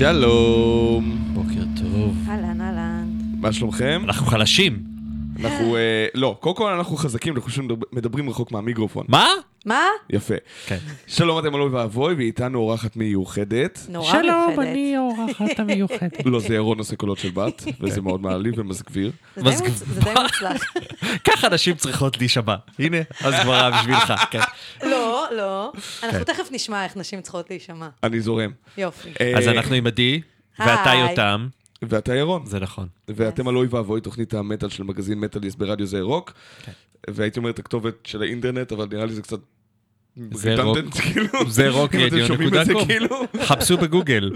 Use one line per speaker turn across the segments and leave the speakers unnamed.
שלום.
בוקר טוב.
אהלן, אהלן.
מה שלומכם?
אנחנו חלשים.
אנחנו, לא, קודם כל אנחנו חזקים, אנחנו מדברים רחוק מהמיקרופון.
מה?
מה?
יפה.
כן.
שלום, אתם אלוהי ואבוי, ואיתנו אורחת מיוחדת.
נורא מיוחדת.
שלום, אני אורחת המיוחדת.
לא, זה ירון עושה קולות של בת, וזה מאוד מעליב ומסגביר.
זה די מוצלח.
ככה נשים צריכות להישמע. הנה, אז כבר בשבילך, כן.
לא, לא. אנחנו תכף נשמע איך נשים צריכות להישמע.
אני זורם.
יופי.
אז אנחנו עם עדי, ואתה
היי.
יותם.
ואתה ירון.
זה נכון.
ואתם אלוהי ואבוי, תוכנית המטל של מגזין מטאליסט ברדיו זה רוק. והייתי אומר את הכתובת של האינטרנט, אבל נראה לי זה קצת...
זה רוק.
redundant, כאילו.
זה רוק
אם אתם שומעים את זה,
רדיו.קום.
כאילו.
חפשו בגוגל.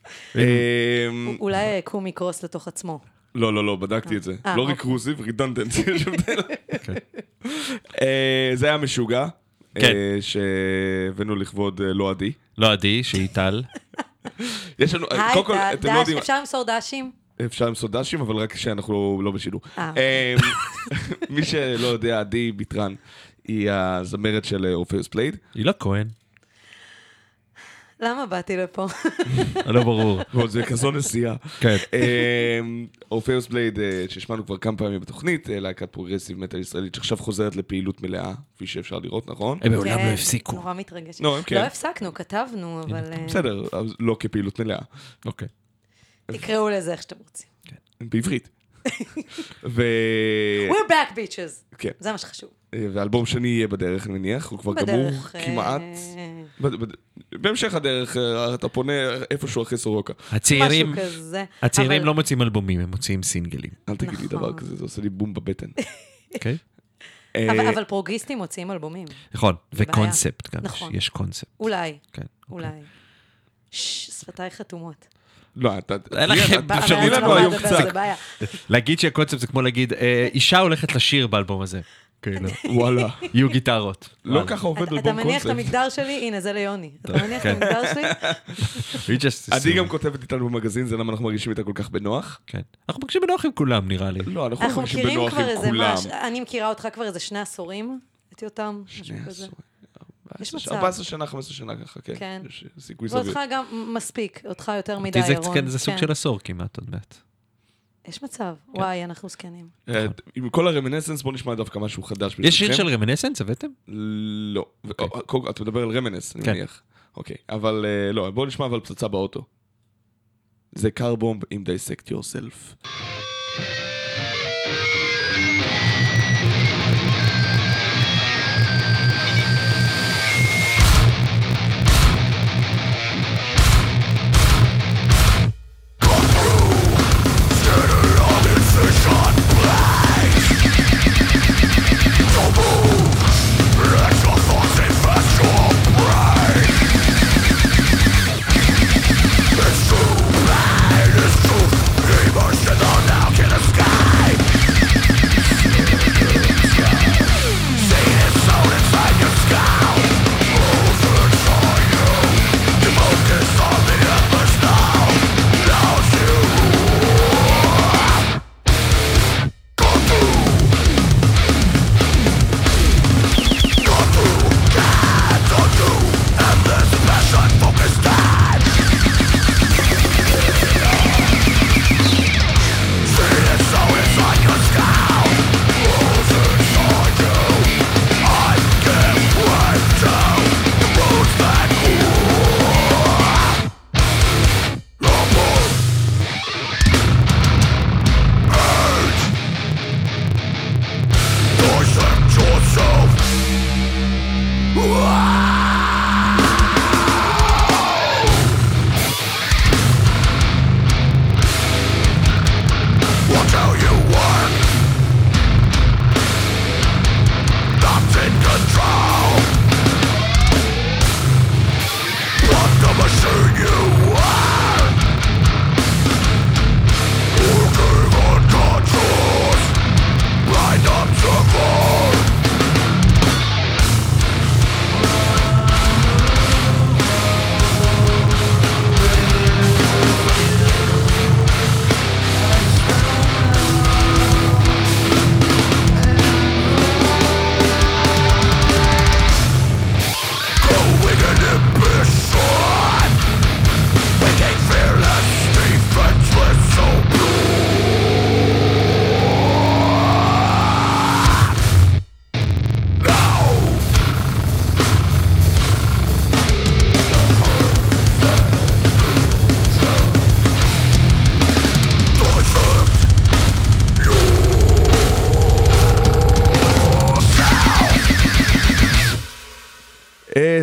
אולי קום יקרוס לתוך עצמו.
לא, בדקתי את זה. לא
אוקיי.
ריקרוסיב, רידנדנט, יש הבדל. זה היה משוגע,
כן.
שהבאנו לכבוד לא עדי.
לא עדי, שהיא טל.
יש לנו,
היי,
קודם כל, אתם לא
דש,
יודעים,
אפשר למסור דשים?
אפשר למסור דשים, אבל רק שאנחנו לא בשידור. מי שלא יודע, עדי ביטרן, היא הזמרת של אורפאוס פלייד.
היא לא כהן.
למה באתי לפה?
לא ברור.
זה כזו נסיעה.
כן.
אורפאוס פלייד, ששמענו כבר כמה פעמים בתוכנית, להקת פרוגרסיב מטל ישראלית, שעכשיו חוזרת לפעילות מלאה, כפי שאפשר לראות, נכון?
הם מעולם לא
כן,
הפסיקו.
נורא מתרגשת.
לא, הם כן.
לא הפסקנו, כתבנו, אבל...
בסדר, אז לא כפעילות מלאה.
אוקיי.
תקראו לזה איך שאתם רוצים.
בעברית.
We're back, bitches.
כן.
זה מה שחשוב.
ואלבום שני יהיה בדרך, אני מניח, הוא כבר גמור כמעט. בהמשך הדרך, אתה פונה איפשהו אחרי סורוקה.
הצעירים
משהו כזה.
הצעירים
אבל-
לא מוצאים אלבומים, הם מוצאים סינגלים.
אל תגיד לי
נכון.
דבר כזה, זה עושה לי בום בבטן.
אוקיי?
אבל פרוגיסטים מוציאים אלבומים.
נכון,
בעיה.
וקונספט גם,
נכון.
יש קונספט.
אולי,
כן.
אולי. שפתיי חתומות.
לא, אתה...
אין לכם
אבל
אפשרות
אני
לנו
לא
היום
מדבר,
קצת.
זה בעיה.
להגיד שהקונספט זה כמו להגיד, אישה הולכת לשיר באלבום הזה. כאילו,
וואלה.
יהיו גיטרות.
לא ככה עובד
אתה
אלבום
מניח את
קונספט.
המגדר שלי? הנה, זה ליוני. אתה מניח את
כן.
המגדר שלי?
עדי גם כותבת איתנו במגזין, זה למה אנחנו מרגישים איתה כל כך בנוח.
כן. אנחנו מרגישים בנוח עם כולם, נראה לי.
לא, אנחנו
אנחנו
מרגישים
מכירים
בנוח
כבר
עם
איזה
כולם.
אני מכירה אותך כבר איזה 2 עשורים. את יותם, משהו כזה. יש מצב.
14 שנה, 15 שנה ככה, כן.
כן.
יש סיכוי סביר.
ואותך גם מספיק, אותך יותר מדי,
אותי
ירון.
זה סוג של עשור כמעט עוד מעט.
יש מצב. וואי, אנחנו זקנים.
עם כל הרמינסנס, בוא נשמע דווקא משהו חדש.
יש שיר
ברשותכם.
של רמינסנס, הבאתם?
לא. אתה מדבר על רמנס, אני
כן.
מניח. אוקיי, אבל לא, בוא נשמע אבל פצצה באוטו. זה קרבומב עם Dissect Yourself.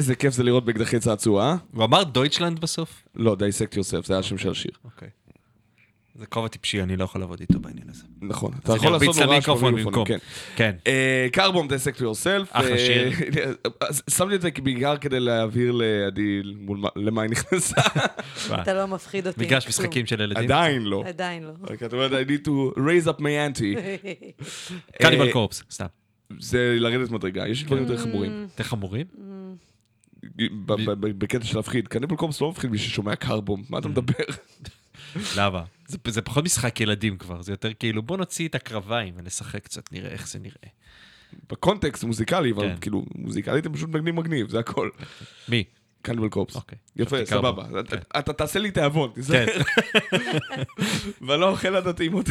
איזה כיף זה לראות באקדחי צעצוע.
הוא אמר דויטשלנד בסוף?
לא, Dissect Yourself, זה היה השם של השיר.
אוקיי. זה כובע טיפשי, אני לא יכול לעבוד איתו בעניין הזה.
נכון, אתה יכול לעשות לו רעש במיקרופון,
כן.
קרבום, Dissect Yourself.
אחלה שיר.
שמתי את זה בעיקר כדי להעביר לעדי למה היא נכנסה.
אתה לא מפחיד אותי.
מגרש משחקים של ילדים.
עדיין לא.
עדיין לא.
אתה אומר, I need to raise up my ante.
קניבל קורפס, סתם.
זה לרדת מדרגה, יש דברים יותר חמורים.
יותר חמורים?
בקטע של להפחיד. קניבל קורפס לא מפחיד מי ששומע קרבום, מה אתה מדבר?
למה? זה פחות משחק ילדים כבר, זה יותר כאילו בוא נוציא את הקרביים ונשחק קצת, נראה איך זה נראה.
בקונטקסט מוזיקלי, אבל כאילו מוזיקלית הם פשוט מגניב, זה הכל.
מי?
קניבל קורפס.
אוקיי.
יפה, סבבה. אתה תעשה לי תיאבון, תיזהר. ולא אוכל עד הטעימות.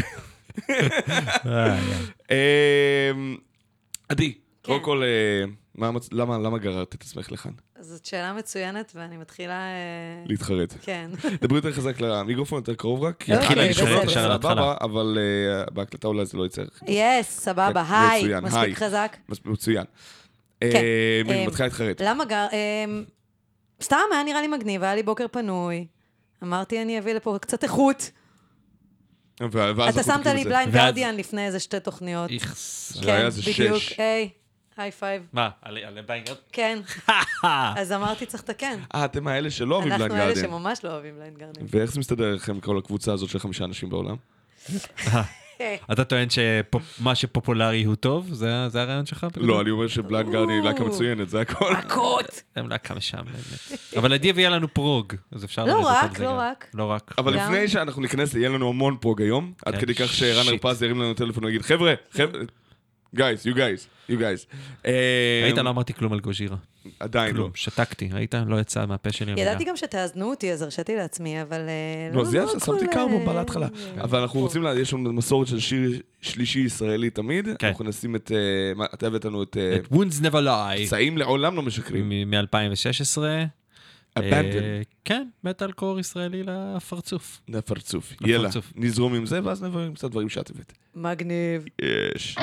עדי, קודם כל, למה גררת את עצמך לכאן?
זאת שאלה מצוינת, ואני מתחילה...
להתחרט.
כן.
דברי יותר חזק למיקרופון, יותר קרוב רק.
התחילה לשאול את השאלה להתחלה.
אבל בהקלטה אולי זה לא יצא.
יס, סבבה, היי, מספיק חזק.
מצוין. מתחילה להתחרט.
למה סתם היה נראה לי מגניב, היה לי בוקר פנוי. אמרתי, אני אביא לפה קצת איכות. אתה שמת לי בליינד גרדיאן לפני איזה 2 תוכניות.
זה היה איזה 6.
בדיוק, היי פייב.
מה, על בליינד גרדיאן?
כן. אז אמרתי, צריך לתקן.
אתם האלה שלא אוהבים בליינד גרדיאן.
אנחנו אלה שממש לא אוהבים בליינד גרדיאן.
ואיך זה מסתדר לכם כל הקבוצה הזאת של 5 אנשים בעולם?
אתה טוען שמה שפופולרי הוא טוב? זה הרעיון שלך?
לא, אני אומר שבליינד גרדיאן היא להקה מצוינת, זה הכל.
מכות!
הם להקה משם, באמת. אבל עדי הביאה לנו פרוג, אז אפשר...
לא רק.
לא רק.
אבל לפני שאנחנו ניכנס, יהיה לנו המון פרוג היום, עד כדי כך שרן הרפז ירים לנו טלפון ויגיד, חבר'ה, guys, you guys.
ראית, לא אמרתי כלום על גוז'ירה.
עדיין לא.
שתקתי, ראית? לא יצא מהפה שלי.
ידעתי גם שתאזנו אותי, אז הרשיתי לעצמי, אבל...
לא, זה שמתי קרבום בהתחלה. אבל אנחנו רוצים, יש לנו מסורת של שיר שלישי ישראלי תמיד. אנחנו נשים את... אתה הבאת לנו את...
את Wounds Never Lie.
פצעים לעולם לא משקרים.
מ-2016.
Abandoned.
כן, מטל קור ישראלי לפרצוף.
לפרצוף. יאללה, נזרום עם זה, ואז נבוא עם קצת דברים שאת הבאת.
מגניב.
יש.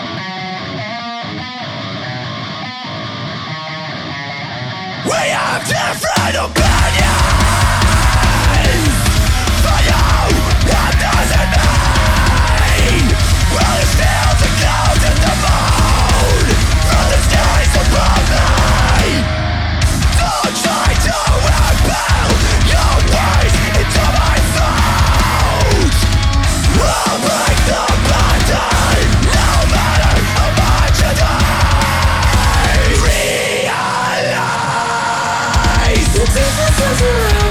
We have different opinions. For you, that doesn't mean we'll still the clouds and the moon from the skies above me. Don't try to impel your ways into my throat. We'll break the pattern, no matter how much you die. Realize the difference is around.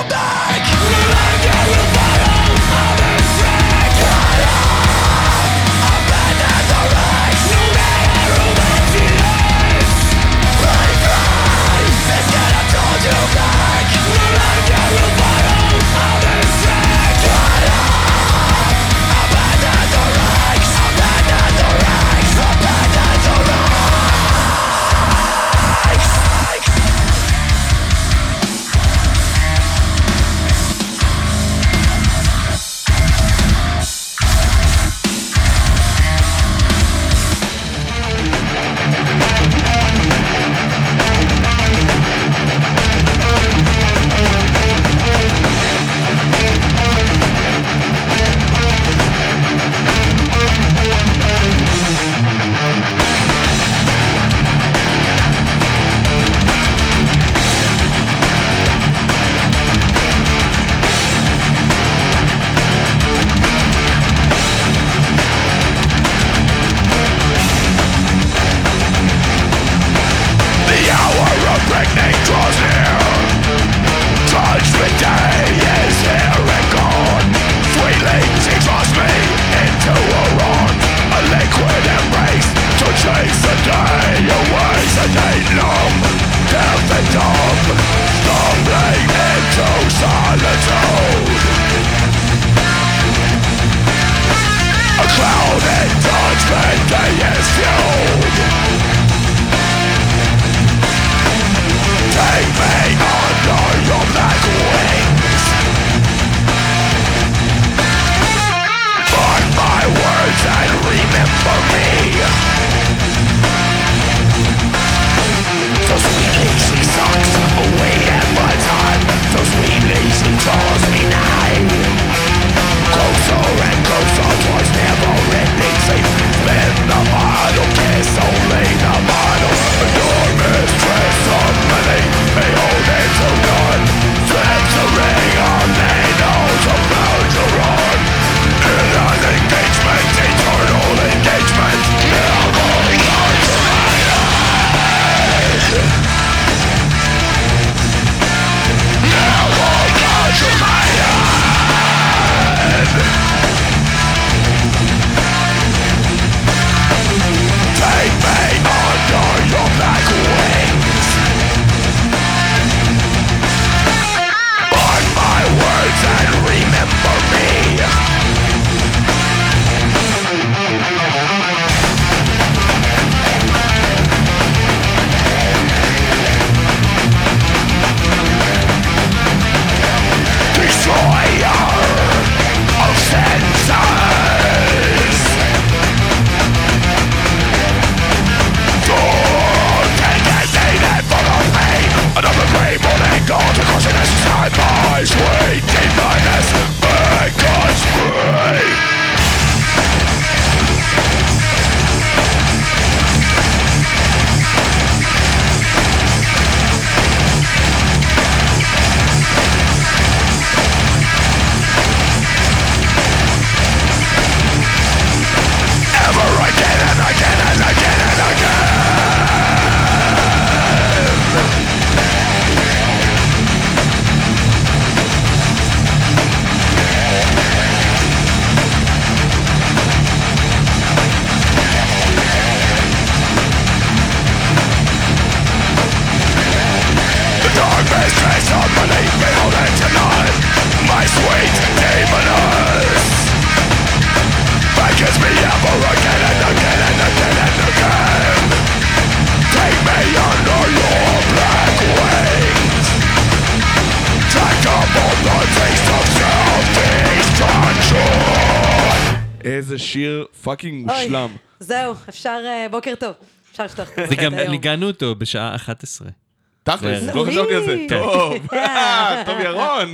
איזה שיר פאקינג מושלם.
זהו, אפשר, בוקר טוב. אפשר לפתוח את זה
גם ניגענו אותו בשעה 11.
תכלס, לא חשבתי על זה. טוב, טוב ירון.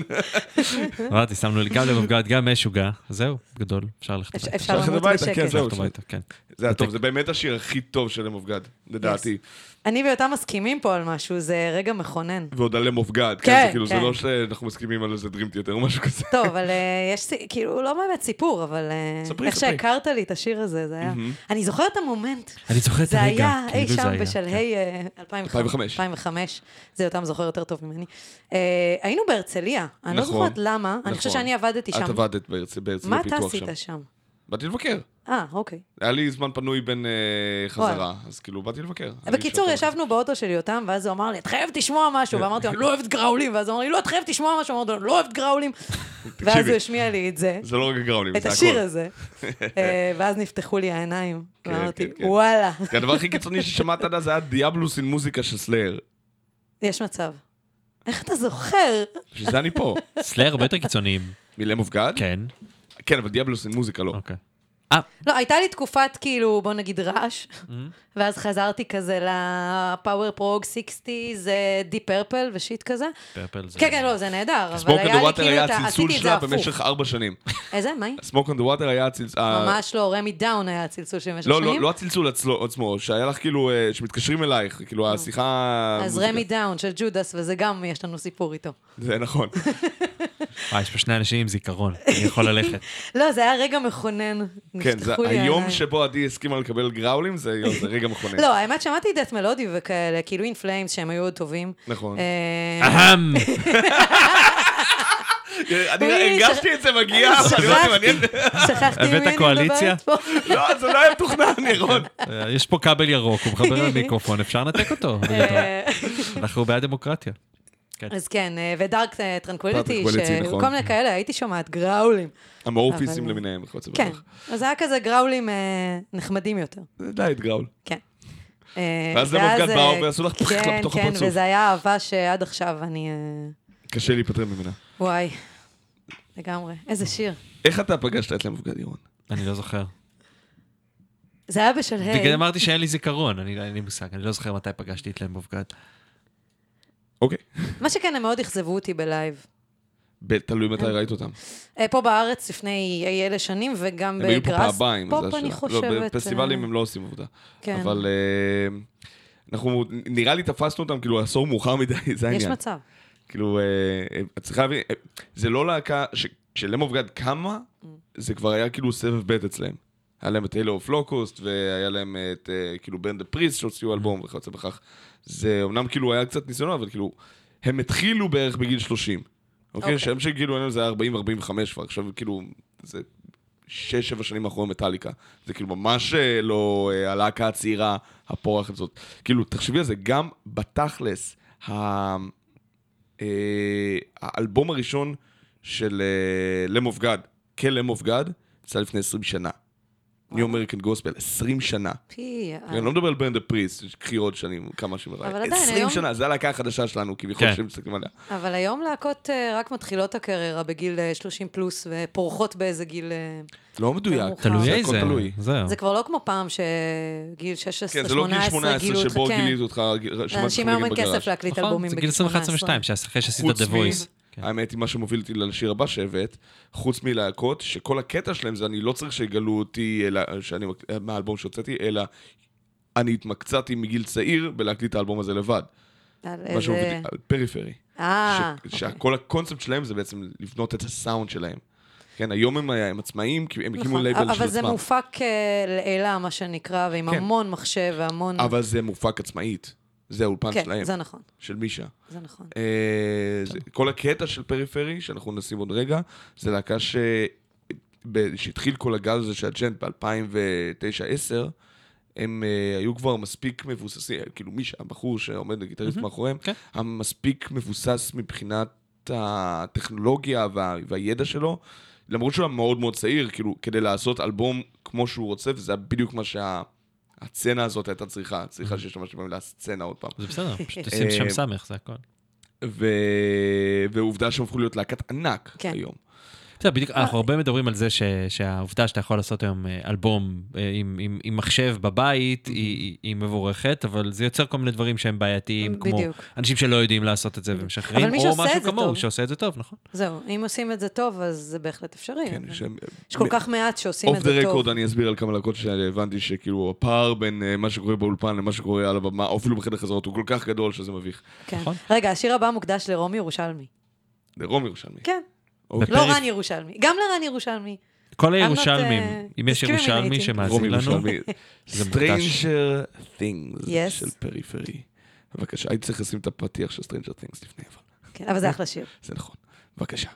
אמרתי, שמנו לי גם לבגד, גם משוגע. זהו, גדול, אפשר ללכת הביתה.
אפשר למות בשקט.
זה טוב, זה באמת השיר הכי טוב של למופגד, לדעתי.
אני ויותם מסכימים פה על משהו, זה רגע מכונן.
ועוד על למופגד, כן, זה לא שאנחנו מסכימים על איזה דרים תיאטר או משהו כזה.
טוב, אבל יש, כאילו, לא באמת סיפור, אבל איך שהכרת לי את השיר הזה, זה היה... אני זוכרת את המומנט.
אני זוכרת את
זה
הרגע,
היה אי שם בשלהי 2005. רעש. זה אותם זוכר יותר טוב ממני. היינו בהרצליה, אני לא
נכון,
זוכרת למה, אני
נכון.
חושבת שאני עבדתי שם.
את עבדת בהרצליה
מה אתה
פיתוח
עשית שם?
באתי לבקר.
אוקיי.
היה לי זמן פנוי בין חזרה, אז כאילו באתי לבקר.
בקיצור, ישבנו באוטו של יותם, ואז הוא אמר לי, את חייבת לשמוע משהו, ואמרתי לו, אני לא אוהבת גראולים, ואז הוא אמר לי, לא, את חייבת לשמוע משהו, אמרתי לו, לא אוהבת גראולים, ואז הוא השמיע לי את זה.
זה לא רק גראולים,
את
זה הכל.
השיר הזה. ואז נפתחו לי העיניים, ואמרתי, וואלה.
הדבר הכי קיצוני ששמעת עד אז, זה היה דיאבלוס עם מוזיקה של סלייר.
יש מצב. איך אתה זוכר?
שזה אני פה.
סלייר הרבה יותר קיצוניים.
מלם אוף גאד?
כן.
כן, אבל דיאבלוס עם מוזיקה לא.
אוקיי.
לא, הייתה לי תקופת כאילו, בוא נגיד רעש, ואז חזרתי כזה לפאוור פרוג 60, זה די פרפל ושיט כזה.
פרפל זה...
כן, לא, זה נהדר, אבל
סמוק אנד
היה לי
וואטר
כאילו,
היה
עשיתי
הצלצול
את זה
שלה
הפוך.
במשך 4 שנים.
איזה? מה היא?
סמוק אנד וואטר היה הצלצול...
ממש לא, רמי דאון היה הצלצול של במשך
לא,
שנים.
לא הצלצול עצמו, שהיה לך כאילו, שמתקשרים אלייך, כאילו השיחה...
אז רמי דאון של ג'ודס, וזה גם, יש לנו סיפור איתו.
זה נכון.
יש פה 2 אנשים עם זיכרון, אני יכול ללכת.
לא, זה היה רגע מכונן.
כן, זה
נפתחו לי
היום
העיניים.
שבו עדי הסכימה לקבל גראולים, זה רגע מכונן.
לא, האמת, שמעתי דאט מלודי וכאלה, כאילו אין פליימס שהם היו עוד טובים.
נכון.
אהם!
אני הרגשתי את זה מגיע, אבל אני לא יודע, מעניין.
שכחתי עם מי
הבאת
אני
קואליציה?
מדברת פה.
לא, זה לא היה מתוכנן, ירון.
יש פה כבל ירוק, הוא מחבר למיקרופון, אפשר לנתק אותו. אנחנו בעד דמוקרטיה.
אז כן, ודארק טרנקוויליטי,
Tranquility, נכון.
כל מיני כאלה, הייתי שומעת גראולים.
המורפיסים
אבל-
למיניהם.
כן, אז היה כזה גראולים נחמדים יותר.
זה די גראול.
כן.
ואז למופגד באו ועשו לך פחח
כן,
לתוך
כן,
הפרצוף.
וזה היה אהבה שעד עכשיו אני...
קשה להיפטר ממנה.
וואי, לגמרי. איזה שיר.
איך אתה פגשת את למופגד, ירון?
אני לא זוכר.
זה היה בשלהי.
בגלל אמרתי שאין לי זיכרון, אין לי מושג, אני לא זוכר מתי פגשתי את למבוגד.
אוקיי.
מה שכן, הם מאוד אכזבו אותי בלייב.
תלוי מתי ראית אותם.
פה בארץ לפני אלה שנים, וגם
הם היו פה
בגראס.
פעמיים.
פופ
זה
אני
השאלה.
חושבת.
לא, בפסטיבלים הם לא עושים עבודה.
כן.
אבל אנחנו, נראה לי תפסנו אותם, כאילו, עשור מאוחר מדי, זה העניין.
יש מצב.
כאילו, את צריכה להבין, זה לא להקה, כשלמופגד קמה, זה כבר היה כאילו סבב ב' אצלהם. היה להם את הילו אוף לוקוסט, והיה להם את כאילו ברן דה פריסט, שהוציאו אלבום וכיוצא בכך. זה אומנם כאילו היה קצת ניסיון, אבל כאילו, הם התחילו בערך בגיל 30. אוקיי? שהם שגילו אליהם זה היה 40-45 כבר, עכשיו כאילו, זה 6-7 שנים אחרי מטאליקה. זה כאילו ממש לא הלהקה הצעירה, הפורח הזאת. כאילו, תחשבי על זה, גם בתכלס, האלבום הראשון של Lamb of God, כ-Lamb of God, יצא לפני 20 שנה. New American Gospel, 20 שנה. אני לא מדבר על ברן דה פריסט, קחי עוד שנים, כמה שנים
אבל
רעי.
עדיין,
20
היום-
שנה, זה הלהקה החדשה שלנו, כביכול
כן.
שהם מסתכלים עליה.
אבל היום להקות רק מתחילות הקריירה בגיל 30 פלוס, ופורחות באיזה גיל...
לא מדויק.
מאוחר.
תלוי
זה
איזה,
הכל תלוי.
זהו.
זה כבר לא כמו פעם שגיל 16,
כן, זה לא גיל
18,
18 שבו
כן.
גיליתי אותך,
לאנשים היום אין כסף להקליט
נכון,
אלבומים
זה
בגיל
גיל
18.
21-22, אחרי שעשית
חוץ
The Voice.
מ... האמת היא מה שמוביל אותי לשיר הבא שהבאת, חוץ מלהקות, שכל הקטע שלהם זה אני לא צריך שיגלו אותי מהאלבום שהוצאתי, אלא אני התמקצעתי מגיל צעיר בלהקליט את האלבום הזה לבד.
על
מה שמוביל
איזה...
אותי, פריפרי. שכל הקונספט שלהם זה בעצם לבנות את הסאונד שלהם. כן, היום הם עצמאיים, כי הם הקימו לייבל של עצמם.
אבל זה מופק לעילה, מה שנקרא, ועם
כן.
המון מחשב והמון...
אבל זה מופק עצמאית. זה האולפן
כן,
שלהם.
זה נכון.
של מישה.
זה נכון.
כל הקטע של פריפרי, שאנחנו נשים עוד רגע, זה להקה שהתחיל כל הגל הזה של הג'נט ב-2009-2010, הם היו כבר מספיק מבוססים, כאילו מישה, הבחור שעומד לגיטריסט מאחוריהם, המספיק מבוסס מבחינת הטכנולוגיה והידע שלו, למרות שהוא היה מאוד מאוד צעיר, כאילו, כדי לעשות אלבום כמו שהוא רוצה, וזה היה בדיוק מה הצצנה הזאת הייתה צריכה שיש לה משהו לסצנה עוד פעם.
זה בסדר, פשוט עושים שם סמך, זה הכל.
ועובדה שהם הפכו להיות להקת ענק היום.
בסדר, בדיוק, אנחנו הרבה מדברים על זה שהעובדה שאתה יכול לעשות היום אלבום עם מחשב בבית היא מבורכת, אבל זה יוצר כל מיני דברים שהם בעייתיים, כמו אנשים שלא יודעים לעשות את זה ומשחררים, או משהו כמוהו שעושה את זה טוב, נכון?
זהו, אם עושים את זה טוב, אז זה בהחלט אפשרי.
כן,
יש כל כך מעט שעושים את זה
אוף דה
טוב.
רקורד אני אסביר על כמה להקות שהבנתי שכאילו הפער בין מה שקורה באולפן למה שקורה על הבמה, או אפילו בחדר חזרות, הוא כל כך גדול שזה מביך.
רגע, השיר הבא מוקדש לרום ירושלמי.
לרום ירושלמי.
כן. לא רן ירושלמי, גם לרן ירושלמי.
כל הירושלמים, אם יש ירושלמי שמאזין לנו,
Stranger Things של פריפרי. בבקשה, הייתי צריך לשים את הפתיח של Stranger Things לפני, אבל...
כן, אבל זה אחלה שיר.
זה נכון. בבקשה.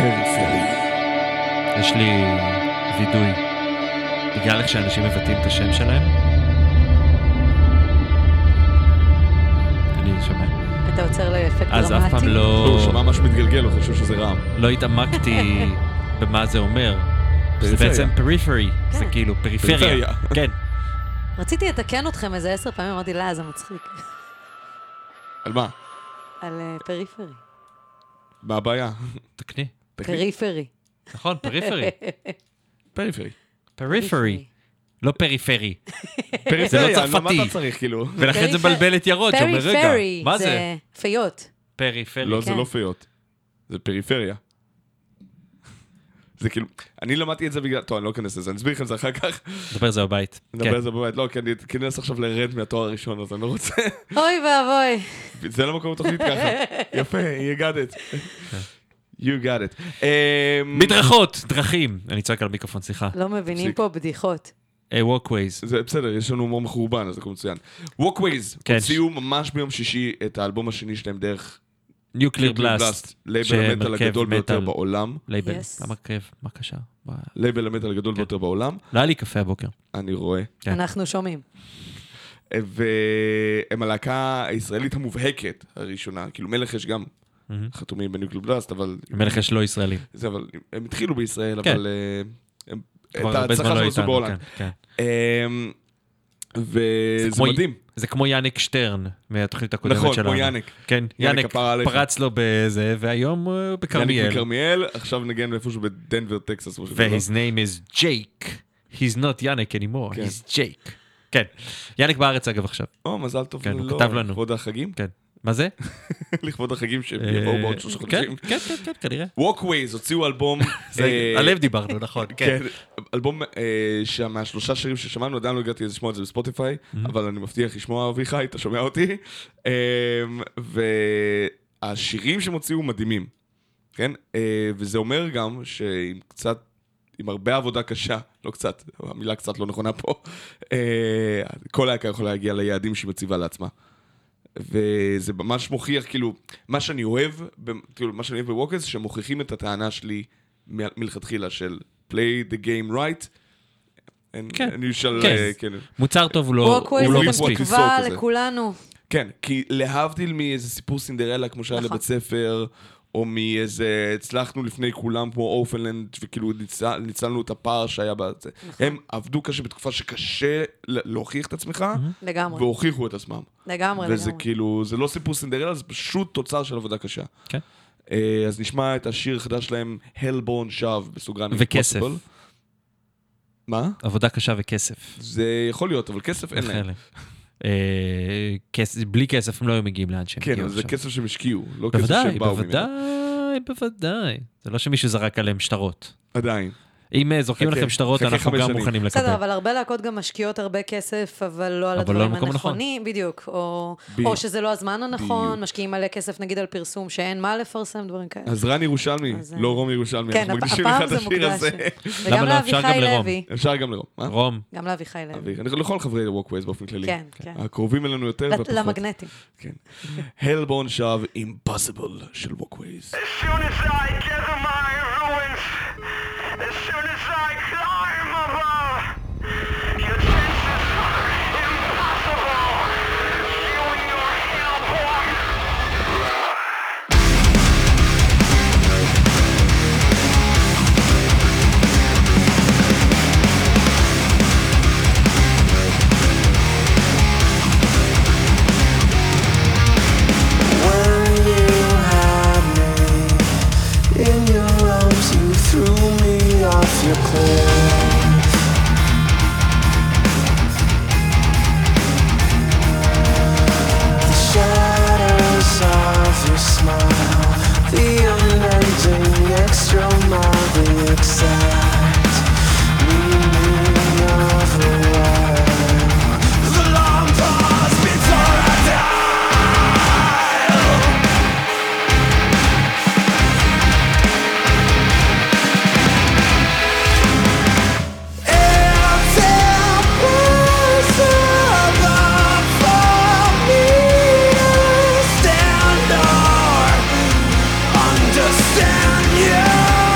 פריפרי.
יש לי וידוי. בגלל איך שאנשים מבטאים את השם שלהם. אני שומע.
אתה עוצר לאפקט דרמטי?
אז אף פעם לא...
הוא שמע משהו מתגלגל, הוא חושב שזה רם.
לא התעמקתי במה זה אומר. זה בעצם פריפרי. זה כאילו פריפריה. כן.
רציתי לתקן אתכם איזה 10 פעמים, אמרתי, לא, זה מצחיק.
על מה?
על פריפרי.
מה הבעיה?
תקני.
פריפרי.
נכון, פריפרי.
פריפרי.
פריפרי. לא פריפרי.
פריפריה,
זה לא צרפתי.
מה אתה צריך, כאילו?
ולכן זה בלבל את ירוד, שאומר רגע,
פריפרי,
מה זה?
זה פיות.
פריפרי.
לא, זה
כן.
לא פיות. זה פריפריה. זה כאילו, אני למדתי את זה בגלל, טוב, אני לא אכנס לזה, אני אסביר לכם את זה אחר כך.
נדבר על זה בבית.
נדבר על זה בבית, לא, כי אני אכנס עכשיו לרד מהתואר הראשון, אז אני לא רוצה.
אוי ואבוי.
זה לא מקום בתוכנית ככה. יפה, you got it. You got it.
מדרכות, דרכים. אני צועק על המיקרופון, סליחה.
לא מבינים פה בדיחות.
walkways.
זה בסדר, יש לנו הומור מחורבן, אז זה כמו מצוין. Walkways, הוציאו ממש ביום שישי את האלבום השני שלהם דרך
ניוקליר בלאסט.
לייבל המטל הגדול ביותר בעולם.
לייבל, למה קרב? מה קשר?
לייבל המטל הגדול ביותר בעולם.
לא היה לי קפה הבוקר.
אני רואה.
אנחנו שומעים.
והם הלהקה הישראלית המובהקת הראשונה. כאילו מלך יש גם חתומים בניוקליר בלאסט, אבל...
מלך יש לא ישראלים.
זה, אבל הם התחילו בישראל,
כן.
אבל...
כבר הרבה זמן לא איתנו, כן.
וזה מדהים.
זה כמו יאניק שטרן מהתוכנית הקודמת שלנו.
נכון, כמו יאניק.
כן, יאניק פרץ לו בזה, והיום הוא בכרמיאל.
יאניק בכרמיאל, עכשיו נגן איפשהו בדנבר, טקסס.
ו-his name is Jake. He's not יאניק anymore, he's Jake. כן, יאניק בארץ אגב עכשיו.
מזל טוב.
כן, הוא כתב לנו.
לכבוד החגים?
כן. מה זה?
לכבוד החגים שיבואו בעוד 3 חודשים.
כן, כנראה.
Walkways, הוציאו אלבום...
הלב דיברנו, נכון.
כן, אלבום שמ3 שירים ששמענו, עדיין לא הגעתי לשמוע את זה בספוטיפיי, אבל אני מבטיח לשמוע אביחי, אתה שומע אותי. והשירים שהם הוציאו מדהימים, כן? וזה אומר גם שעם קצת, עם הרבה עבודה קשה, לא קצת, המילה קצת לא נכונה פה, כל להקה יכולה להגיע ליעדים שהיא מציבה לעצמה. וזה ממש מוכיח, כאילו, מה שאני אוהב, כאילו, מה שאני אוהב בווקס, שמוכיחים את הטענה שלי מלכתחילה של play the game right,
כן. מוצר טוב הוא לא
מספיק. ווקס זה תקווה לכולנו.
כן, כי להבדיל מאיזה סיפור סינדרלה, כמו שהיה לבית ספר, או מאיזה, הצלחנו לפני כולם כמו אופנלנד, וכאילו ניצלנו את הפער שהיה בזה. הם עבדו קשה בתקופה שקשה להוכיח את עצמך,
לגמרי.
והוכיחו את עצמם.
לגמרי.
וזה כאילו, זה לא סיפור סינדרלה, זה פשוט תוצר של עבודה קשה.
כן.
אז נשמע את השיר החדש שלהם, Hellborn שב, בסוגרן.
וכסף.
מה?
עבודה קשה וכסף.
זה יכול להיות, אבל כסף אין להם.
בלי כסף הם לא היו מגיעים לאן שהם
כן, זה כסף שהם השקיעו, לא כסף שהם באו ממנו.
בוודאי. זה לא שמישהו זרק עליהם שטרות.
עדיין.
אם זורקים לכם שטרות, אנחנו גם מוכנים לקבל.
בסדר, אבל הרבה להקות גם משקיעות הרבה כסף, אבל לא על הדברים הנכונים, בדיוק. או שזה לא הזמן הנכון, משקיעים מלא כסף נגיד על פרסום שאין מה לפרסם, דברים כאלה.
אז רן ירושלמי, לא רום ירושלמי.
כן, הפעם זה מוקדש. וגם לאביחי לוי.
אפשר גם לרום.
רום.
גם לאביחי לוי.
לכל חברי ווקווייז באופן כללי.
כן, כן.
הקרובים אלינו יותר ופחות.
למגנטים.
כן. Hellborn שב, Impossible של ווקווייז.
As soon as I climb above, your senses are impossible. Feeling your hellborn. When you had me in your arms, you threw me off your cliff. The shadows of your smile, the unending extra mile, the exact meaning of a while. The long pause before I die. Understand you.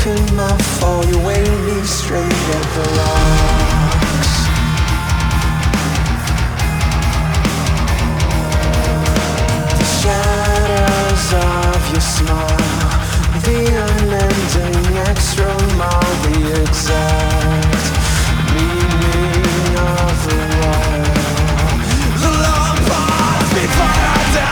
open my fall, you weigh me straight at the rocks. The shadows of your smile, the unending extra mile, the exact meaning of the wild. The long pause before I die.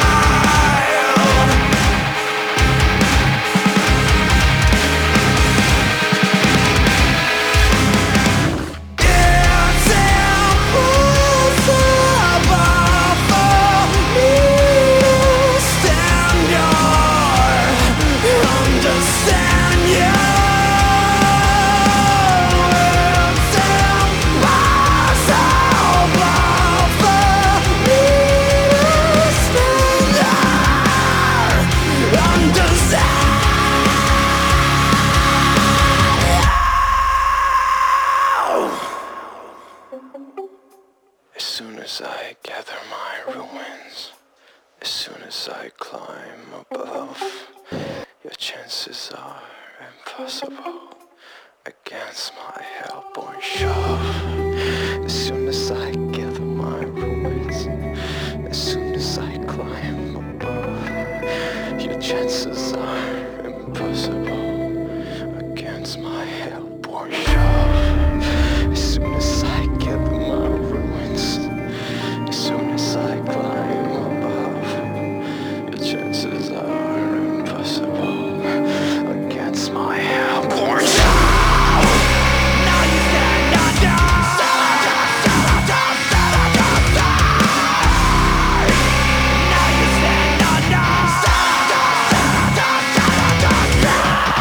As soon as I gather my ruins, as soon as I climb above, your chances are impossible against my hell-born shove. As soon as I gather my ruins, as soon as I climb above, your chances are impossible against my hell-born shove. As soon as I gather my ruins, as soon as I climb above, your chances are impossible against my hell-born shove. Now you stand under. Now you stand under.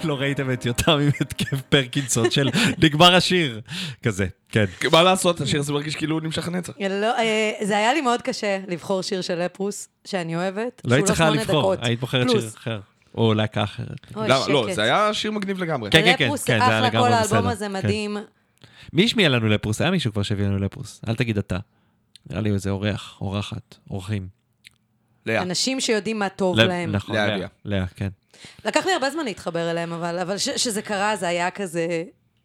לא ראיתם את יותם עם התקף פרקינסון של נגמר השיר, כזה, כן.
מה לעשות, השיר הזה מרגיש כאילו הוא נמשך הנצח.
זה היה לי מאוד קשה לבחור שיר של לפרוס, שאני אוהבת.
לא היית צריכה לבחור, היית בוחרת שיר אחר, או להקה אחרת.
לא, זה היה שיר מגניב לגמרי.
כן, כן,
לפרוס
כן,
זה אחלה, כל האלבום הזה מדהים.
מי השמיע לנו לפרוס? היה מישהו כבר שהביא לנו לפרוס, אל תגיד אתה. נראה לי איזה אורח, אורחת, אורחים.
לאה.
אנשים שיודעים מה טוב להם.
נכון, לאה, כן.
לקח לי הרבה זמן להתחבר אליהם, אבל שזה קרה, זה היה כזה,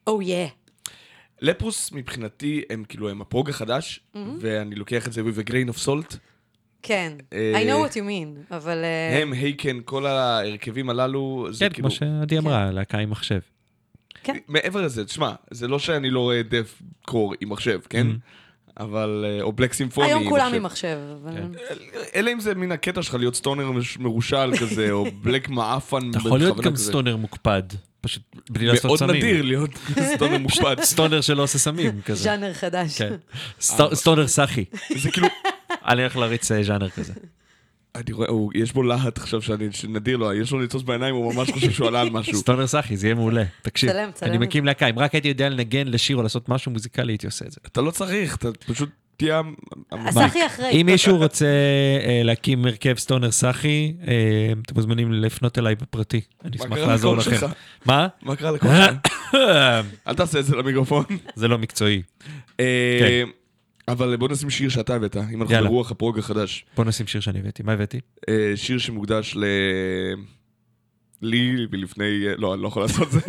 לפרוס מבחינתי הם כאילו, הם הפרוג החדש, ואני לוקח את זה with a grain of salt.
כן, I know what you mean, אבל...
הם, הייקן, כל ההרכבים הללו,
כן, כמו שעדי אמרה, להקה עם מחשב.
מעבר לזה, תשמע, זה לא שאני לא רואה דף קור עם מחשב, כן? אבל, או בלק סימפוני עם מחשב.
היום כולם עם מחשב.
אלא אם זה מן הקטע שלך להיות סטונר מרושל כזה, או בלק מעפן.
אתה יכול להיות גם סטונר מוקפד, פשוט בלי לעשות סמים.
מאוד נדיר להיות סטונר מוקפד.
סטונר שלא עושה סמים כזה.
ז'אנר חדש.
סטונר סחי.
זה כאילו...
אני הולך להריץ ז'אנר כזה.
אני רואה, יש בו להט עכשיו שנדיר לו, יש לו ניצוץ בעיניים, הוא ממש חושב שהוא עלה על משהו.
סטונר סחי, זה יהיה מעולה. תקשיב,
צלם.
אני מקים להקה, אם רק הייתי יודע לנגן לשיר או לעשות משהו מוזיקלי, הייתי עושה את זה.
אתה לא צריך, אתה פשוט תהיה...
סחי אחרי.
אם מישהו רוצה להקים מרכב סטונר סחי, אתם מוזמנים לפנות אליי בפרטי. אני אשמח לעזור לכם. מה?
מה קרה לכל שלך? אל תעשה את זה למיקרופון.
זה לא מקצועי.
אבל בוא נשים שיר שאתה הבאת, אם אנחנו ברוח הפרוג החדש.
בוא נשים שיר שאני הבאתי. מה הבאתי?
שיר שמוקדש לי ולפני... לא, אני לא יכול לעשות זה.